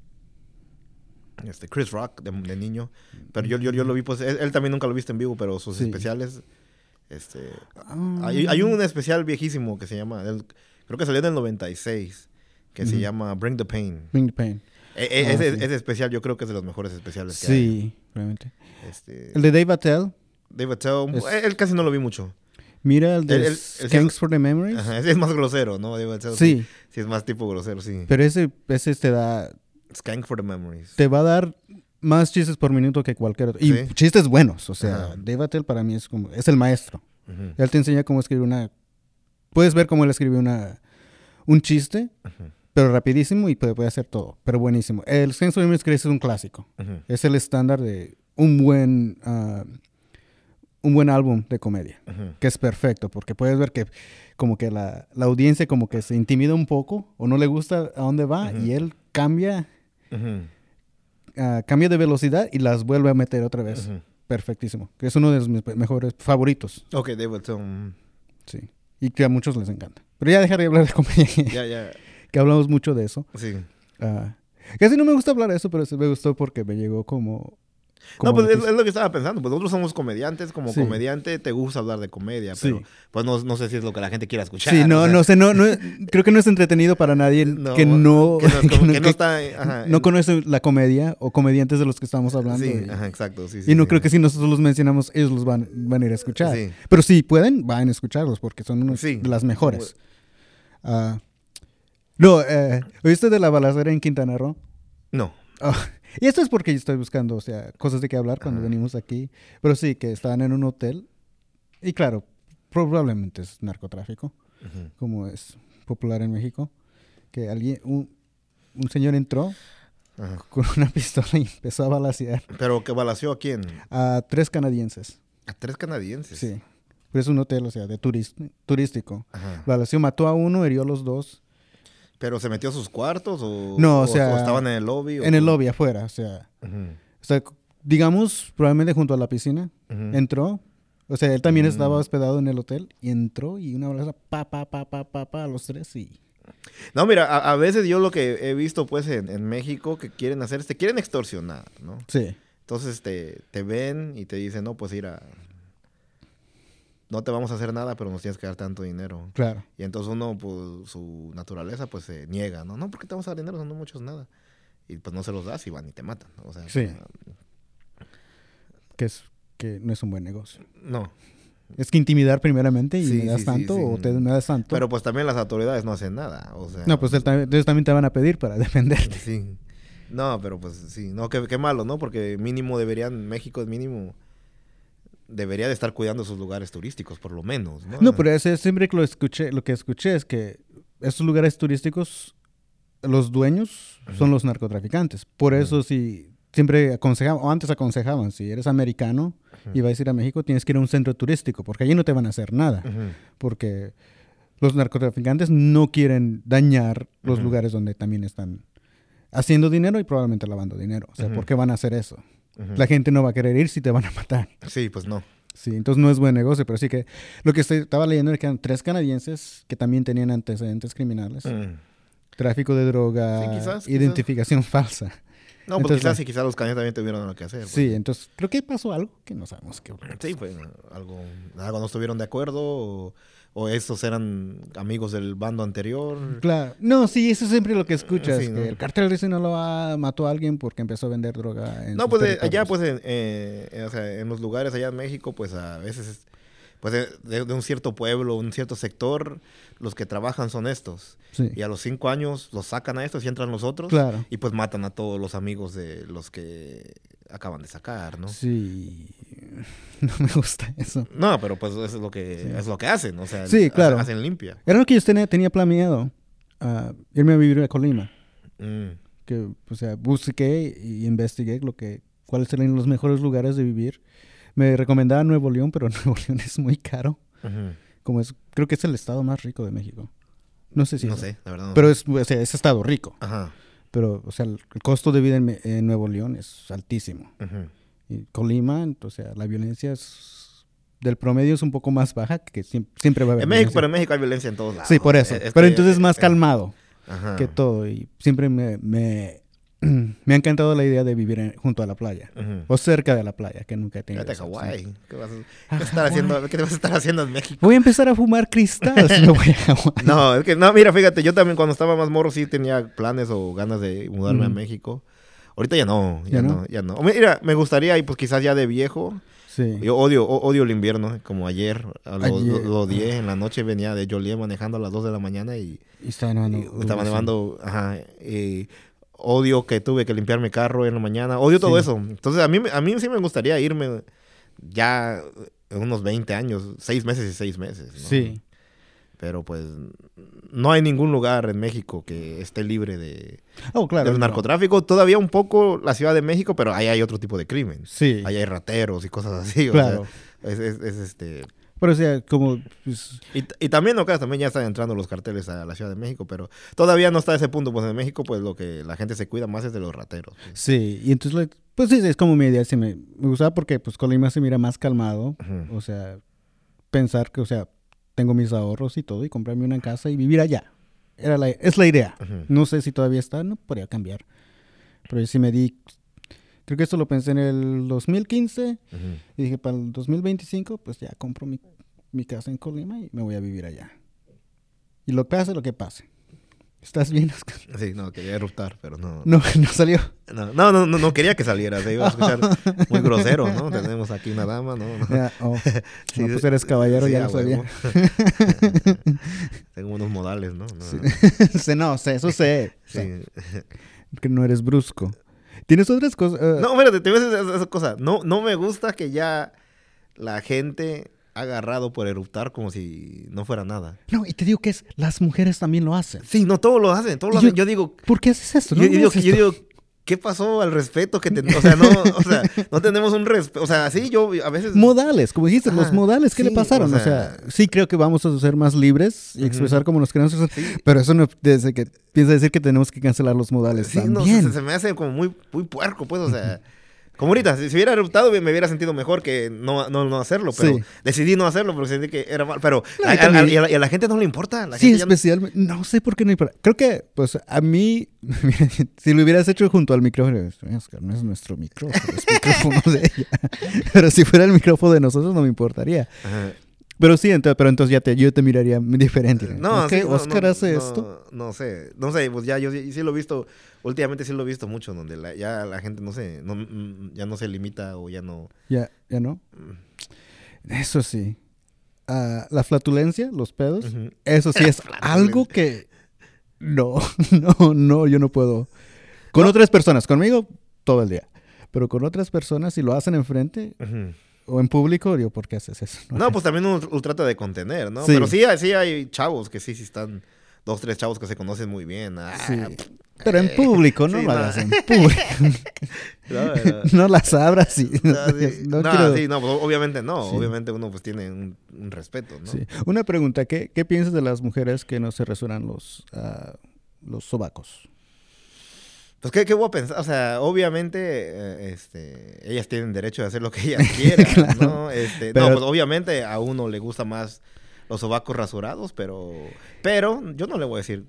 Chris Rock de niño. Pero yo lo vi, pues, él también nunca lo he visto en vivo, pero sus Sí. especiales, hay un especial viejísimo que se llama, creo que salió en el 96, que se llama Bring the Pain. Bring the Pain. Ese especial yo creo que es de los mejores especiales que hay. Sí, realmente. Este, El de Dave Attell. David Attell, Es- él casi no lo vi mucho. Mira el de El- Skanks for the Memories. Ajá, ese es más grosero, ¿no? David Attell, Sí. Sí, es más tipo grosero, sí. Pero ese Skank for the Memories. te va a dar más chistes por minuto que cualquier otro. Y Sí. chistes buenos. O sea, Ajá. Dave Attell para mí es el maestro. Ujú, Él te enseña cómo escribir puedes ver cómo él escribe un chiste, ujú, pero rapidísimo y puede hacer todo. Pero buenísimo. El Skanks for the Memories creo que es un clásico. ujú. Es el estándar de un buen álbum de comedia. Ujú. Que es perfecto, porque puedes ver que como que la audiencia como que se intimida un poco o no le gusta a dónde va Ujú. y él cambia Ujú, de velocidad y las vuelve a meter otra vez. ujú. Perfectísimo. Que es uno de mis mejores favoritos. Ok, David Attell. Sí. Y que a muchos les encanta. Pero ya dejaré de hablar de comedia, Ya, que hablamos mucho de eso. sí. Casi no me gusta hablar de eso, pero sí me gustó porque me llegó como... No, como pues es noticia. lo que estaba pensando. Pues nosotros somos comediantes. Como Sí. comediante te gusta hablar de comedia, Sí. pero pues no sé si es lo que la gente quiera escuchar. Sí, o no, sea, no sé, creo que no es entretenido para nadie que no, que no está... Ajá, no conoce la comedia o comediantes de los que estamos hablando. sí, Y, ajá, exacto. Sí, y sí, no sí. creo que si nosotros los mencionamos, ellos los van a ir a escuchar. Sí. Pero si pueden, van a escucharlos porque son unos Sí. de las mejores. Ah, no, ¿oíste de la balacera en Quintana Roo? No. Oh, y esto es porque yo estoy buscando, o sea, cosas de qué hablar cuando Ajá. venimos aquí. Pero sí, que estaban en un hotel. Y claro, probablemente es narcotráfico, Ujú. como es popular en México. Que un señor entró Ajá. con una pistola y empezó a balacear Pero que balaceó a quién? a 3 canadienses. A 3 canadienses. Sí. Pero es un hotel, o sea, de turístico. Ajá. Balaceó, mató a uno, hirió a los dos. ¿Pero se metió a sus cuartos o, No, o sea, o estaban en el lobby? En el lobby afuera, o sea, digamos, probablemente junto a la piscina. Ujú. Entró, o sea, él también estaba Mm. hospedado en el hotel y entró y una balaza, pa, a los 3 y... No, mira, a veces yo lo que he visto pues en México que quieren hacer es te quieren extorsionar, ¿no? Sí, Entonces te ven y te dicen, no, pues no te vamos a hacer nada, pero nos tienes que dar tanto dinero. claro. Y entonces uno, pues, su naturaleza, pues, se niega, ¿no? No, porque te vamos a dar dinero, son no muchos nada. Y pues no se los das y van y te matan. O sea, Sí. Que no es un buen negocio. no. Es que intimidar primeramente y Sí, me das sí, sí, tanto sí. o te me das tanto. Pero pues también las autoridades no hacen nada. O sea, No, pues ellos también te van a pedir para defenderte. sí. No, pero pues sí. No, qué malo, ¿no? Porque mínimo México es mínimo, debería de estar cuidando sus lugares turísticos, por lo menos, ¿no? No, pero siempre que lo que escuché es que estos lugares turísticos, los dueños son los narcotraficantes. Por eso si siempre aconsejaban, o antes aconsejaban, si eres americano y vas a ir a México, tienes que ir a un centro turístico, porque allí no te van a hacer nada. Ujú. Porque los narcotraficantes no quieren dañar los lugares donde también están haciendo dinero y probablemente lavando dinero. O sea, ¿por qué van a hacer eso? Ujú. La gente no va a querer ir si te van a matar. Sí, pues no. Sí, entonces no es buen negocio, pero sí que lo que estaba leyendo era que eran 3 canadienses que también tenían antecedentes criminales. Tráfico de droga, Sí, quizás. identificación falsa. No, pues Entonces, quizás los canadienses también tuvieron algo que hacer. Pues. Sí, entonces creo que pasó algo que no sabemos qué. Sí, pues algo no estuvieron de acuerdo o estos eran amigos del bando anterior. Claro. No, sí, eso es siempre lo que escuchas. Sí, que ¿no? el cartel de Sinaloa mató a alguien porque empezó a vender droga en No, sus pues territorios. allá pues o sea, en los lugares allá en México pues a veces pues de un cierto pueblo, un cierto sector, los que trabajan son estos. Sí. Y a los 5 años los sacan a estos y entran los otros. Claro. Y pues matan a todos los amigos de los que acaban de sacar, ¿no? Sí. No me gusta eso. No, pero pues eso es lo que hacen, o sea, Sí, claro. hacen limpia. Era lo que yo tenía planeado. Irme a vivir a Colima. Mm. Que, o sea, busqué y investigué cuáles serían los mejores lugares de vivir. Me recomendaba Nuevo León, pero Nuevo León es muy caro. Ujú. Creo que es el estado más rico de México. No sé si No es- sé, la verdad no Pero sé. o sea, es estado rico. Ajá. Pero, o sea, el costo de vida en Nuevo León es altísimo. Ujú. Y Colima, o sea, la violencia del promedio es un poco más baja, que siempre va a haber En México, violencia. pero en México hay violencia en todos lados. Sí, por eso. Es Pero que- entonces es más calmado Ajá. que todo. Y siempre me ha encantado la idea de vivir junto a la playa. Ujú. O cerca de la playa, que nunca he tenido. Fíjate a esa Hawái. opción. ¿Qué te vas a estar haciendo en México? Voy a empezar a fumar cristal si me voy a Hawái. No, es que no, mira, fíjate, yo también cuando estaba más morro sí tenía planes o ganas de mudarme a Ujú. México. Ahorita ya no, ¿Ya no? ya no. Mira, me gustaría, y pues quizás ya de viejo. Sí. Yo odio el invierno, como ayer. Ayer. Lo odié. En la noche venía de Joliet manejando a las 2 de la mañana y Y estaba nevando. estaba nevando. Ajá. Y odio que tuve que limpiar mi carro en la mañana. Odio todo Sí. eso. Entonces, a mí sí me gustaría irme ya en unos 20 años, 6 meses y 6 meses. ¿no? Sí. Pero pues no hay ningún lugar en México que esté libre Oh, claro. del no. narcotráfico. Todavía un poco la Ciudad de México, pero ahí hay otro tipo de crimen. Sí. Ahí hay rateros y cosas así. Claro. O sea, es Pero, o sea, como... pues, Y también, acá también ya están entrando los carteles a la Ciudad de México, pero todavía no está a ese punto. Pues en México, pues lo que la gente se cuida más es de los rateros. Pues. sí. Y entonces, pues sí, es como mi idea. Sí, me gustaba porque, pues, Colima se mira más calmado. Ujú. O sea, pensar que, o sea, tengo mis ahorros y todo y comprarme una casa y vivir allá. Es la idea. Ujú. No sé si todavía está, no podría cambiar. Pero yo sí me di Creo que esto lo pensé en el 2015 Ujú. y dije, para el 2025, pues ya compro mi casa en Colima y me voy a vivir allá. Y lo que pase. ¿Estás bien, Oscar? Sí, no, quería eruptar, pero no. No, no salió. No quería que saliera, se iba a escuchar muy grosero, ¿no? Tenemos aquí una dama, ¿no? Ya, oh. Sí, No, pues eres caballero, sí, ya a lo sabía. huevo. Tengo unos modales, ¿no? Sí. No, sé, eso sé. Sí. Que no eres brusco. ¿Tienes otras cosas? No, espérate, te voy a decir esa cosa. No me gusta que ya la gente ha agarrado por eruptar como si no fuera nada. No, y te digo que las mujeres también lo hacen. Sí, no, todos lo hacen, todos lo hacen. Yo digo, ¿Por qué haces esto? yo digo, ¿qué pasó al respeto que o sea, no tenemos un respeto. O sea, sí, yo a veces. Modales, como dijiste, Ajá, los modales, ¿qué sí, le pasaron? o O sea, sea, sí creo que vamos a ser más libres y expresar como nos queremos expresar, pero eso no desde que piensa decir que tenemos que cancelar los modales sí, no, también. se me hace como muy puerco, pues, o sea. Como ahorita, si hubiera eruptado me hubiera sentido mejor que no hacerlo, pero Sí. decidí no hacerlo porque sentí que era mal. Pero No, y también- y a la gente no le importa. La Sí, gente ya no- especialmente, no sé por qué no hay para- Creo que, pues, a mí, si lo hubieras hecho junto al micrófono, Oscar, no es nuestro micrófono, es micrófono de ella. Pero si fuera el micrófono de nosotros, no me importaría. Ajá. Pero sí, entonces yo te miraría diferente. No, Ok, sí, no, Oscar hace no, esto. No sé, pues ya yo sí lo he visto, últimamente sí lo he visto mucho, donde ya la gente, no sé, ya no se limita o ya no. Ya no. Eso sí. La flatulencia, los pedos, Ujú. eso sí es Flatulencia. algo que... No, no, yo no puedo. Con No. otras personas, conmigo todo el día. Pero con otras personas, si lo hacen enfrente Ujú. o en público, digo, ¿por qué haces eso? No, pues también uno trata de contener, ¿no? Sí. Pero sí hay chavos que sí están, 2, 3 chavos que se conocen muy bien. Sí. Pero en público, no sí, lo no. hagas en público. No, No las abras y... no, sí. no No, quiero- sí, no, pues, obviamente no. Sí. Obviamente uno pues tiene un respeto, ¿no? Sí. Una pregunta, ¿qué piensas de las mujeres que no se rasuran los sobacos? Pues, ¿qué voy a pensar? O sea, obviamente, ellas tienen derecho de hacer lo que ellas quieran, Claro. ¿no? Pero- No, pues obviamente a uno le gusta más los sobacos rasurados, pero yo no le voy a decir,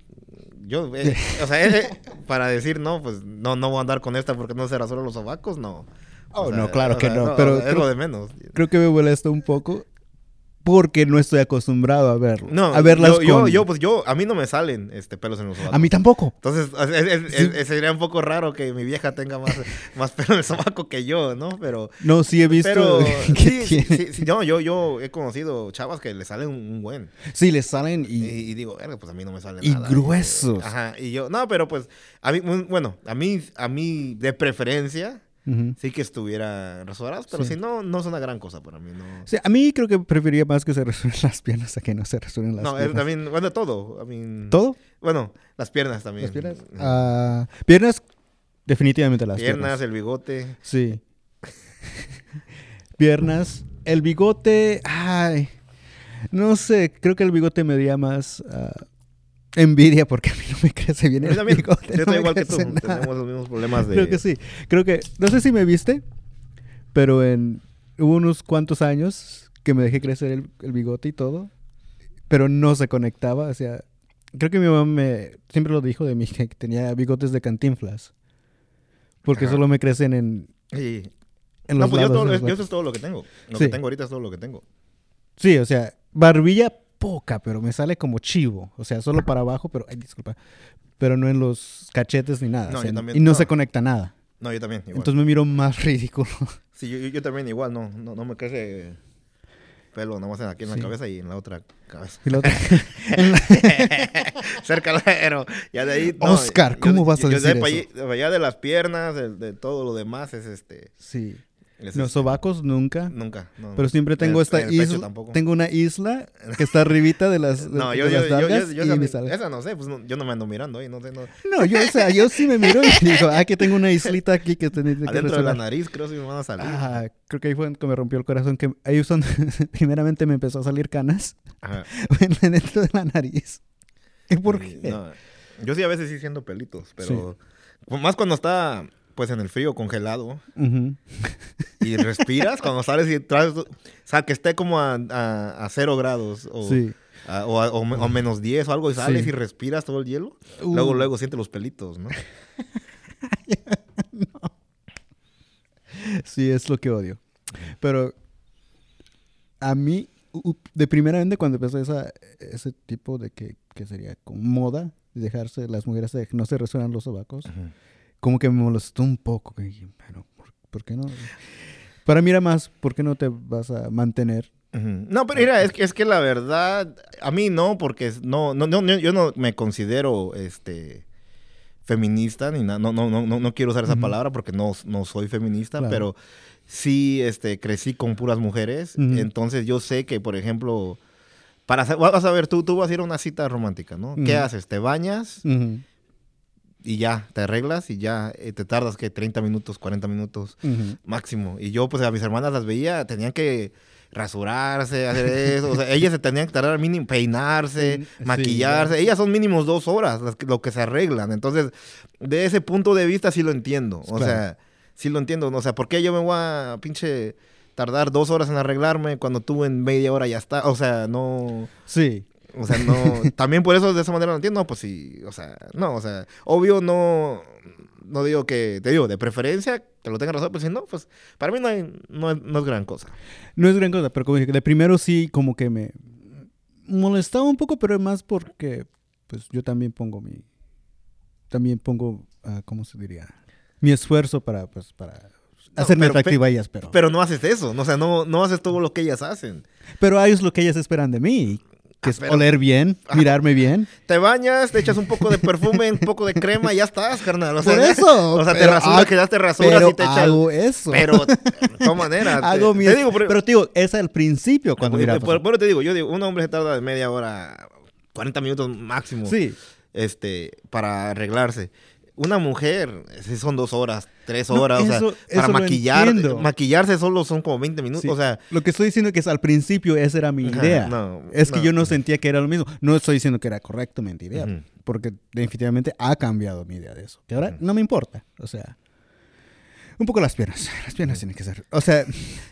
o sea, para decir no, pues no voy a andar con esta porque no se rasuran los sobacos, no. Oh, O sea, no, claro o que sea, no, pero es lo de menos. creo que me molesta un poco porque no estoy acostumbrado a verlo. No, a verlas a mí no me salen pelos en los sobacos. A mí tampoco. Entonces, sería un poco raro que mi vieja tenga más pelo en el sobaco que yo, ¿no? Pero No, sí he visto Pero que tiene. sí, no, yo he conocido chavas que le salen un buen. Sí, les salen Y digo, verga, pues a mí no me sale y nada. gruesos. Ajá, y yo, no, pero pues, a mí, bueno, a mí de preferencia, Ujú. sí que estuviera rasuradas, pero Sí. si no, no es una gran cosa para mí, no. Sí, a mí creo que preferiría más que se rasuren las piernas a que no se rasuren las No, piernas. también, bueno, todo. ¿Todo? Bueno, las piernas también. ¿Las piernas? Piernas, definitivamente las Piernas, piernas. el bigote. Sí. Piernas. El bigote, ay, no sé, creo que el bigote me daría más envidia porque a mí no me crece bien A mí el también, bigote. yo no estoy me igual que tú, crece nada. tenemos los mismos problemas de... Creo que sí. Creo que, no sé si me viste, pero hubo unos cuantos años que me dejé crecer el bigote y todo, pero no se conectaba. O sea, creo que mi mamá siempre lo dijo de mí, que tenía bigotes de Cantinflas. Porque Ajá. solo me crecen en Sí. los No, pues lados. de los eso lados. es todo lo que tengo. Lo Sí. que tengo ahorita es todo lo que tengo. Sí, o sea, barbilla poca, pero me sale como chivo. O sea, solo para abajo, pero, ay, disculpa. Pero no en los cachetes ni nada. No, o sea, yo también, y no no. se conecta nada. No, yo también, igual. Entonces me miro más ridículo. Sí, yo también igual, no me crece pelo, nomás aquí en la Sí. cabeza y en la otra cabeza. Y la otra- Cerca, pero ya de ahí... Oscar, ¿cómo vas a decir eso? Para allá de las piernas, de todo lo demás es Sí. es Los sobacos nunca. Nunca, no. Pero siempre tengo En esta el pecho isla. tampoco. Tengo una isla que está arribita de las, No, de yo las nalgas yo y esa, me sale. esa no sé, pues yo no me ando mirando ahí, no sé, no. No, o sea, yo sí me miro y digo, que tengo una islita aquí que tengo que Adentro de la rasurar. nariz creo que sí me van a salir. Creo que ahí fue cuando me rompió el corazón. Que ahí es donde primeramente me empezó a salir canas Ajá. dentro de la nariz. ¿Y por Y, qué? no, yo sí a veces sí siento pelitos, pero más cuando está pues en el frío congelado Ujú. y respiras, cuando sales y traes, o sea, que esté como a 0 grados o, Sí. o menos 10 o algo y sales Sí. y respiras todo el hielo, Uh. luego sientes los pelitos, ¿no? Sí, es lo que odio. Pero a mí, de primeramente cuando empezó ese tipo de que sería como moda, de dejarse las mujeres de no se resuenan los sobacos, como que me molestó un poco. Que dije, pero, ¿por qué no? Para mí era más, ¿por qué no te vas a mantener? No, pero mira, es que la verdad, a mí no, porque yo no me considero feminista, ni no quiero usar esa palabra porque no soy feminista, Claro. pero sí crecí con puras mujeres, entonces yo sé que, por ejemplo, vas a ver, tú vas a ir a una cita romántica, ¿no? ¿Qué haces? ¿Te bañas? Y ya, te arreglas y ya te tardas que 30 minutos, 40 minutos máximo. Y yo, pues a mis hermanas las veía, tenían que rasurarse, hacer eso. O sea, ellas se tenían que tardar mínimo, peinarse, maquillarse. Sí, ellas son mínimos 2 horas lo que se arreglan. Entonces, de ese punto de vista sí lo entiendo. O sea, sí lo entiendo. O sea, ¿por qué yo me voy a pinche tardar 2 horas en arreglarme cuando tú en media hora ya está? O sea, no... Sí. O sea, no... También por eso de esa manera lo entiendo. No, pues sí, o sea, no, o sea, obvio no digo que, te digo, de preferencia, que lo tenga razón, pues si no, pues para mí no es gran cosa. No es gran cosa, pero como dije, de primero sí como que me molestaba un poco, pero más porque pues yo también pongo ¿cómo se diría? Mi esfuerzo para hacerme atractiva a ellas, pero... Pero no haces eso, o sea, no haces todo lo que ellas hacen. Pero es lo que ellas esperan de mí, que es oler bien, mirarme bien. Te bañas, te echas un poco de perfume, un poco de crema y ya estás, carnal. O sea, por eso. O sea, te rasuras, que ya te rasuras y te echas... hago eso. Pero, de todas maneras... Hago te digo, pero te digo, es al principio cuando miraba. Bueno, te digo, un hombre se tarda de media hora, 40 minutos máximo. Sí. Para arreglarse. Una mujer, son 2 horas, 3 horas, eso, o sea, para maquillarse solo son como 20 minutos, sí. o sea... Lo que estoy diciendo es que al principio esa era mi idea. Que yo no sentía que era lo mismo. No estoy diciendo que era correctamente idea, porque definitivamente ha cambiado mi idea de eso. Que ahora no me importa, o sea... Un poco las piernas tienen que ser... O sea...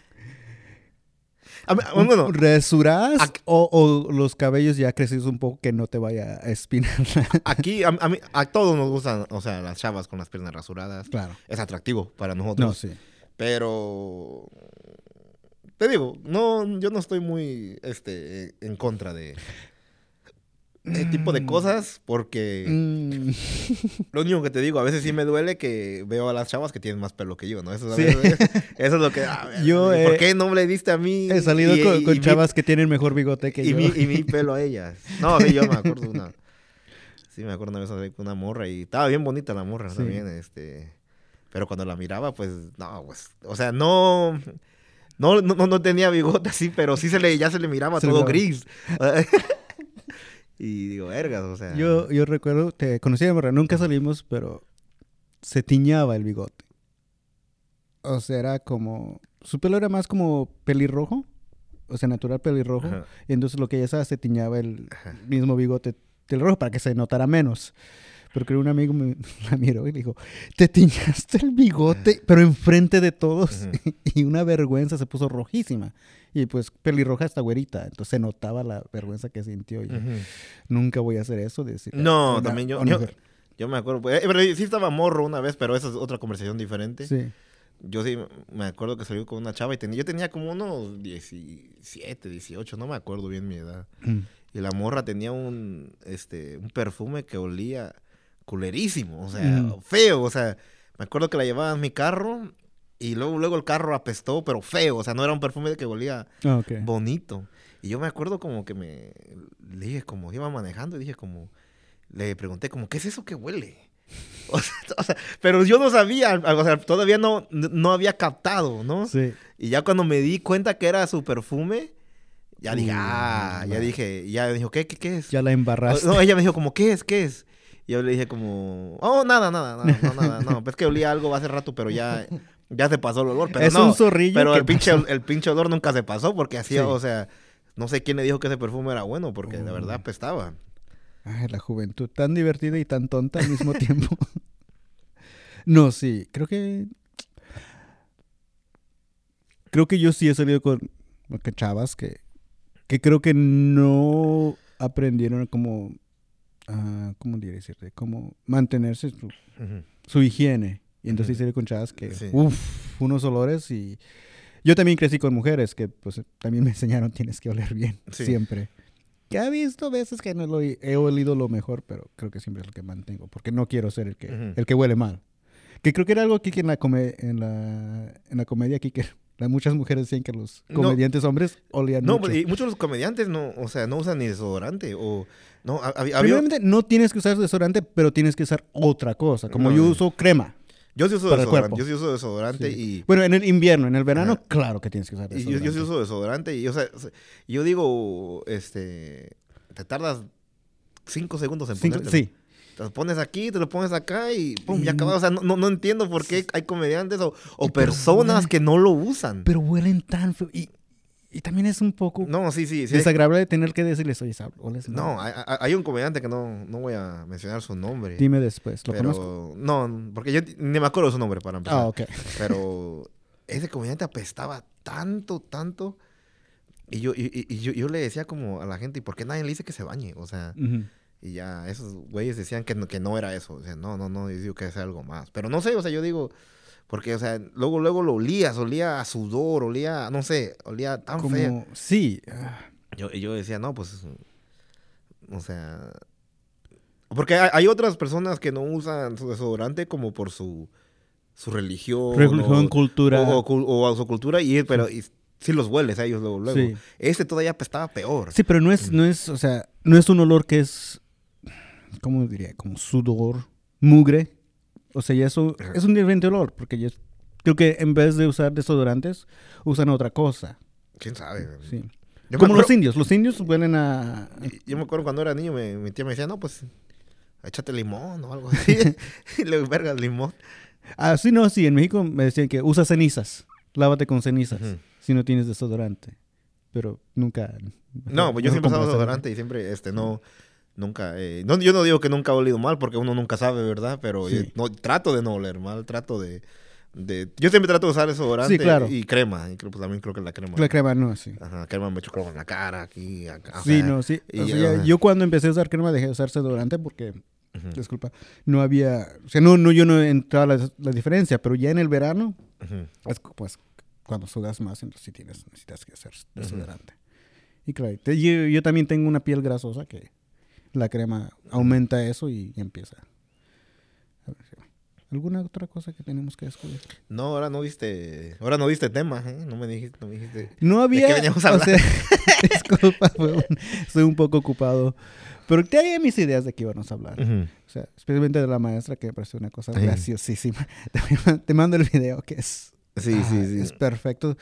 bueno, ¿Resuras o los cabellos ya crecidos un poco que no te vaya a espinar? Aquí, a todos nos gustan, o sea, las chavas con las piernas rasuradas. Claro. Es atractivo para nosotros. No, sí. Pero, te digo, yo no estoy muy, en contra de tipo de cosas, porque lo único que te digo, a veces sí me duele que veo a las chavas que tienen más pelo que yo, ¿no? Eso, sí. eso es lo que... ¿Por qué no me le diste a mí? He salido con chavas que tienen mejor bigote que yo. Y mi pelo a ellas. No, sí, yo me acuerdo Sí, me acuerdo una vez salí con una morra y estaba bien bonita la morra también, Pero cuando la miraba, pues, no, pues... O sea, no tenía bigote así, pero sí ya se le miraba todo gris. Y digo, vergas, o sea... Yo recuerdo, te conocí a morra, nunca salimos, pero se tiñaba el bigote. O sea, era como... Su pelo era más como pelirrojo, o sea, natural pelirrojo. Ajá. Y entonces lo que ella hacía, se tiñaba el mismo bigote pelirrojo para que se notara menos. Pero creo que un amigo la miró y le dijo, te tiñaste el bigote, pero enfrente de todos. Y una vergüenza, se puso rojísima. Y pues pelirroja hasta güerita. Entonces se notaba la vergüenza que sintió. Y nunca voy a hacer eso. No, también yo me acuerdo. Pero sí estaba morro una vez, pero esa es otra conversación diferente. Sí. Yo sí me acuerdo que salí con una chava y yo tenía como unos 17, 18, no me acuerdo bien mi edad. Y la morra tenía un perfume que olía culerísimo, o sea, feo. O sea, me acuerdo que la llevaba en mi carro y luego el carro apestó, pero feo. O sea, no era un perfume que olía bonito. Y yo me acuerdo como que le dije, como iba manejando, y le pregunté como, ¿qué es eso que huele? O sea, pero yo no sabía, o sea, todavía no había captado, ¿no? Sí. Y ya cuando me di cuenta que era su perfume, ya dije, ya dijo, ¿qué es? Ya la embarraste. No, ella me dijo como, ¿qué es? Y yo le dije como, nada, no, pues que olía algo hace rato, pero ya se pasó el olor, pero es un zorrillo. Pero el pinche olor nunca se pasó porque hacía, o sea, no sé quién le dijo que ese perfume era bueno, porque de verdad apestaba. Ay, la juventud, tan divertida y tan tonta al mismo tiempo. No, sí, creo que yo sí he salido con chavas que creo que no aprendieron cómo decirte, cómo mantenerse su higiene. Y entonces salí con chavas que, unos olores y yo también crecí con mujeres que pues también me enseñaron tienes que oler bien, Sí. siempre. Que he visto veces que no he olido lo mejor, pero creo que siempre es lo que mantengo, porque no quiero ser el que huele mal. Que creo que era algo aquí que en la comedia aquí que muchas mujeres decían que los comediantes hombres olían mucho. No, y muchos de los comediantes no usan ni desodorante o no Primeramente, no tienes que usar desodorante, pero tienes que usar otra cosa, como yo uso crema. Yo sí uso para el desodorante. cuerpo. Yo sí uso desodorante Sí. y... Bueno, en el invierno, en el verano, claro que tienes que usar Y desodorante. yo sí uso desodorante y, o sea, yo digo, te tardas 5 segundos en ponértelo. Sí. Te lo pones aquí, te lo pones acá y pum, ya acabado. O sea, no entiendo por qué hay comediantes o personas que no lo usan. Pero huelen tan feo. Y también es un poco No, sí. desagradable de tener que decirles, oye, oles mal. No, hay un comediante que no voy a mencionar su nombre. Dime después, ¿lo pero, conozco? No, porque yo ni me acuerdo su nombre para empezar. Ah, ok. Pero ese comediante apestaba tanto. Y yo le decía como a la gente, ¿y por qué nadie le dice que se bañe? O sea, y ya esos güeyes decían que no era eso. O sea, no, yo digo que es algo más. Pero no sé, o sea, yo digo, porque, o sea, luego lo olía a sudor, olía, no sé, olía tan Como, feo. sí. Yo decía, no, pues, o sea, porque hay otras personas que no usan su desodorante como por su religión. Religión, cultura. O su cultura, pero sí los hueles a ellos luego. Sí. Este todavía apestaba peor. Sí, pero no es, o sea, no es un olor que es, ¿cómo diría? Como sudor, mugre. O sea, ya eso es un diferente olor, porque yo creo que en vez de usar desodorantes, usan otra cosa. ¿Quién sabe? Sí. Yo Como me los indios huelen a... Yo me acuerdo cuando era niño, mi tía me decía, no, pues, échate limón o algo así. Y luego, verga, limón. Ah, sí, no, sí, en México me decían que usa cenizas, lávate con cenizas, si no tienes desodorante. Pero nunca... No, pues yo siempre usaba desodorante y siempre, nunca, yo no digo que nunca he olido mal porque uno nunca sabe, ¿verdad? Pero Sí. trato de no oler mal, yo siempre trato de usar desodorante Sí, claro. y crema. Y también creo que la crema. La crema no, sí. Ajá, crema me echo crema en la cara, aquí, acá. Sí, no, sí. Y, O sea, yo cuando empecé a usar crema dejé de usar desodorante porque, disculpa, no había... O sea, yo no entraba la diferencia, pero ya en el verano, es pues cuando sudas más, entonces sí necesitas que hacer desodorante. Y claro, yo también tengo una piel grasosa que la crema aumenta eso y empieza. A ver, ¿alguna otra cosa que tenemos que descubrir? No, ahora no diste tema, ¿eh? No me dijiste. No había... ¿De qué veníamos a hablar? O sea, disculpa, estoy un poco ocupado. Pero tenía mis ideas de qué íbamos a hablar. O sea, especialmente de la maestra, que me pareció una cosa graciosísima. Te mando el video, que es... Sí. Es perfecto.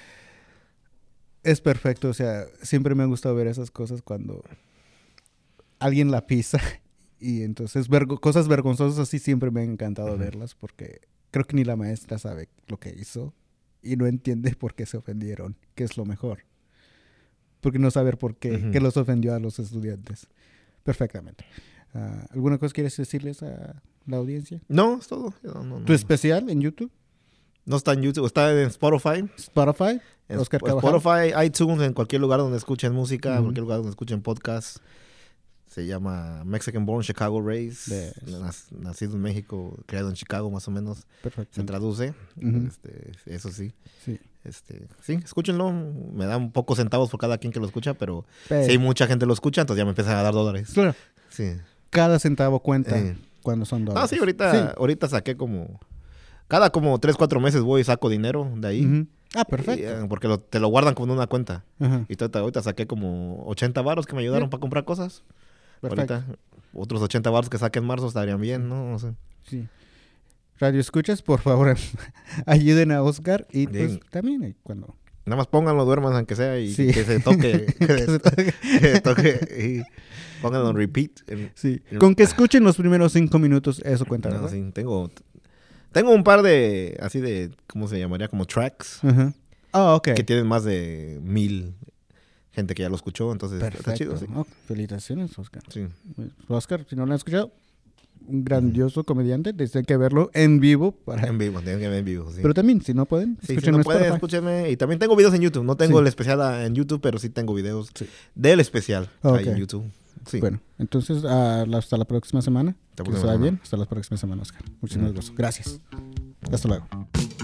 Es perfecto, o sea, siempre me ha gustado ver esas cosas cuando alguien la pisa y entonces cosas vergonzosas así siempre me ha encantado verlas porque creo que ni la maestra sabe lo que hizo y no entiende por qué se ofendieron, que es lo mejor. Porque no saber por qué, qué los ofendió a los estudiantes. Perfectamente. ¿Alguna cosa quieres decirles a la audiencia? No, es todo. No. ¿Tu especial en YouTube? No está en YouTube, está en Spotify. Spotify. En Oscar Carvajal. Spotify, iTunes, en cualquier lugar donde escuchen música, en cualquier lugar donde escuchen podcasts. Se llama Mexican Born, Chicago Raised. Nacido en México, creado en Chicago más o menos. Perfecto. Se traduce. Eso sí. Sí. Sí, escúchenlo. Me dan pocos centavos por cada quien que lo escucha, pero si hay mucha gente lo escucha, entonces ya me empiezan a dar dólares. Claro. Sí. Cada centavo cuenta cuando son dólares. Ah, sí, ahorita saqué cada como 3-4 meses voy y saco dinero de ahí. Ah, perfecto. Porque te lo guardan como en una cuenta. Ajá. Y ahorita saqué como 80 varos que me ayudaron para comprar cosas. Perfecto. Ahorita, otros 80 varos que saque en marzo estarían bien, ¿no? No sé. Sí. Radio escuchas, por favor, ayuden a Oscar y pues también cuando... Nada más pónganlo, duerman aunque sea y Sí. que se toque. Que se toque y pónganlo en repeat. Sí. Con que escuchen los primeros 5 minutos, eso cuenta, No, ¿verdad? sí, tengo un par de, así de, ¿cómo se llamaría? Como tracks. Ajá. Ah, ok. Que tienen más de 1000 gente que ya lo escuchó, entonces Perfecto. está chido, sí. Oh, felicitaciones, Oscar. Sí. Oscar, si no lo han escuchado, un grandioso comediante, tienen que verlo en vivo. En vivo, tengo que ver en vivo, sí. Pero también, si no pueden, Sí, si escúchenlo no en pueden, Spotify. escúchenme. Y también tengo videos en YouTube. No tengo Sí. el especial en YouTube, pero sí tengo videos Sí. del especial ahí Ok. en YouTube. Sí. Bueno, entonces hasta la próxima semana. Hasta la Que próxima se vaya semana. bien. Hasta la próxima semana, Oscar. Muchísimas gracias. Gracias. Hasta luego.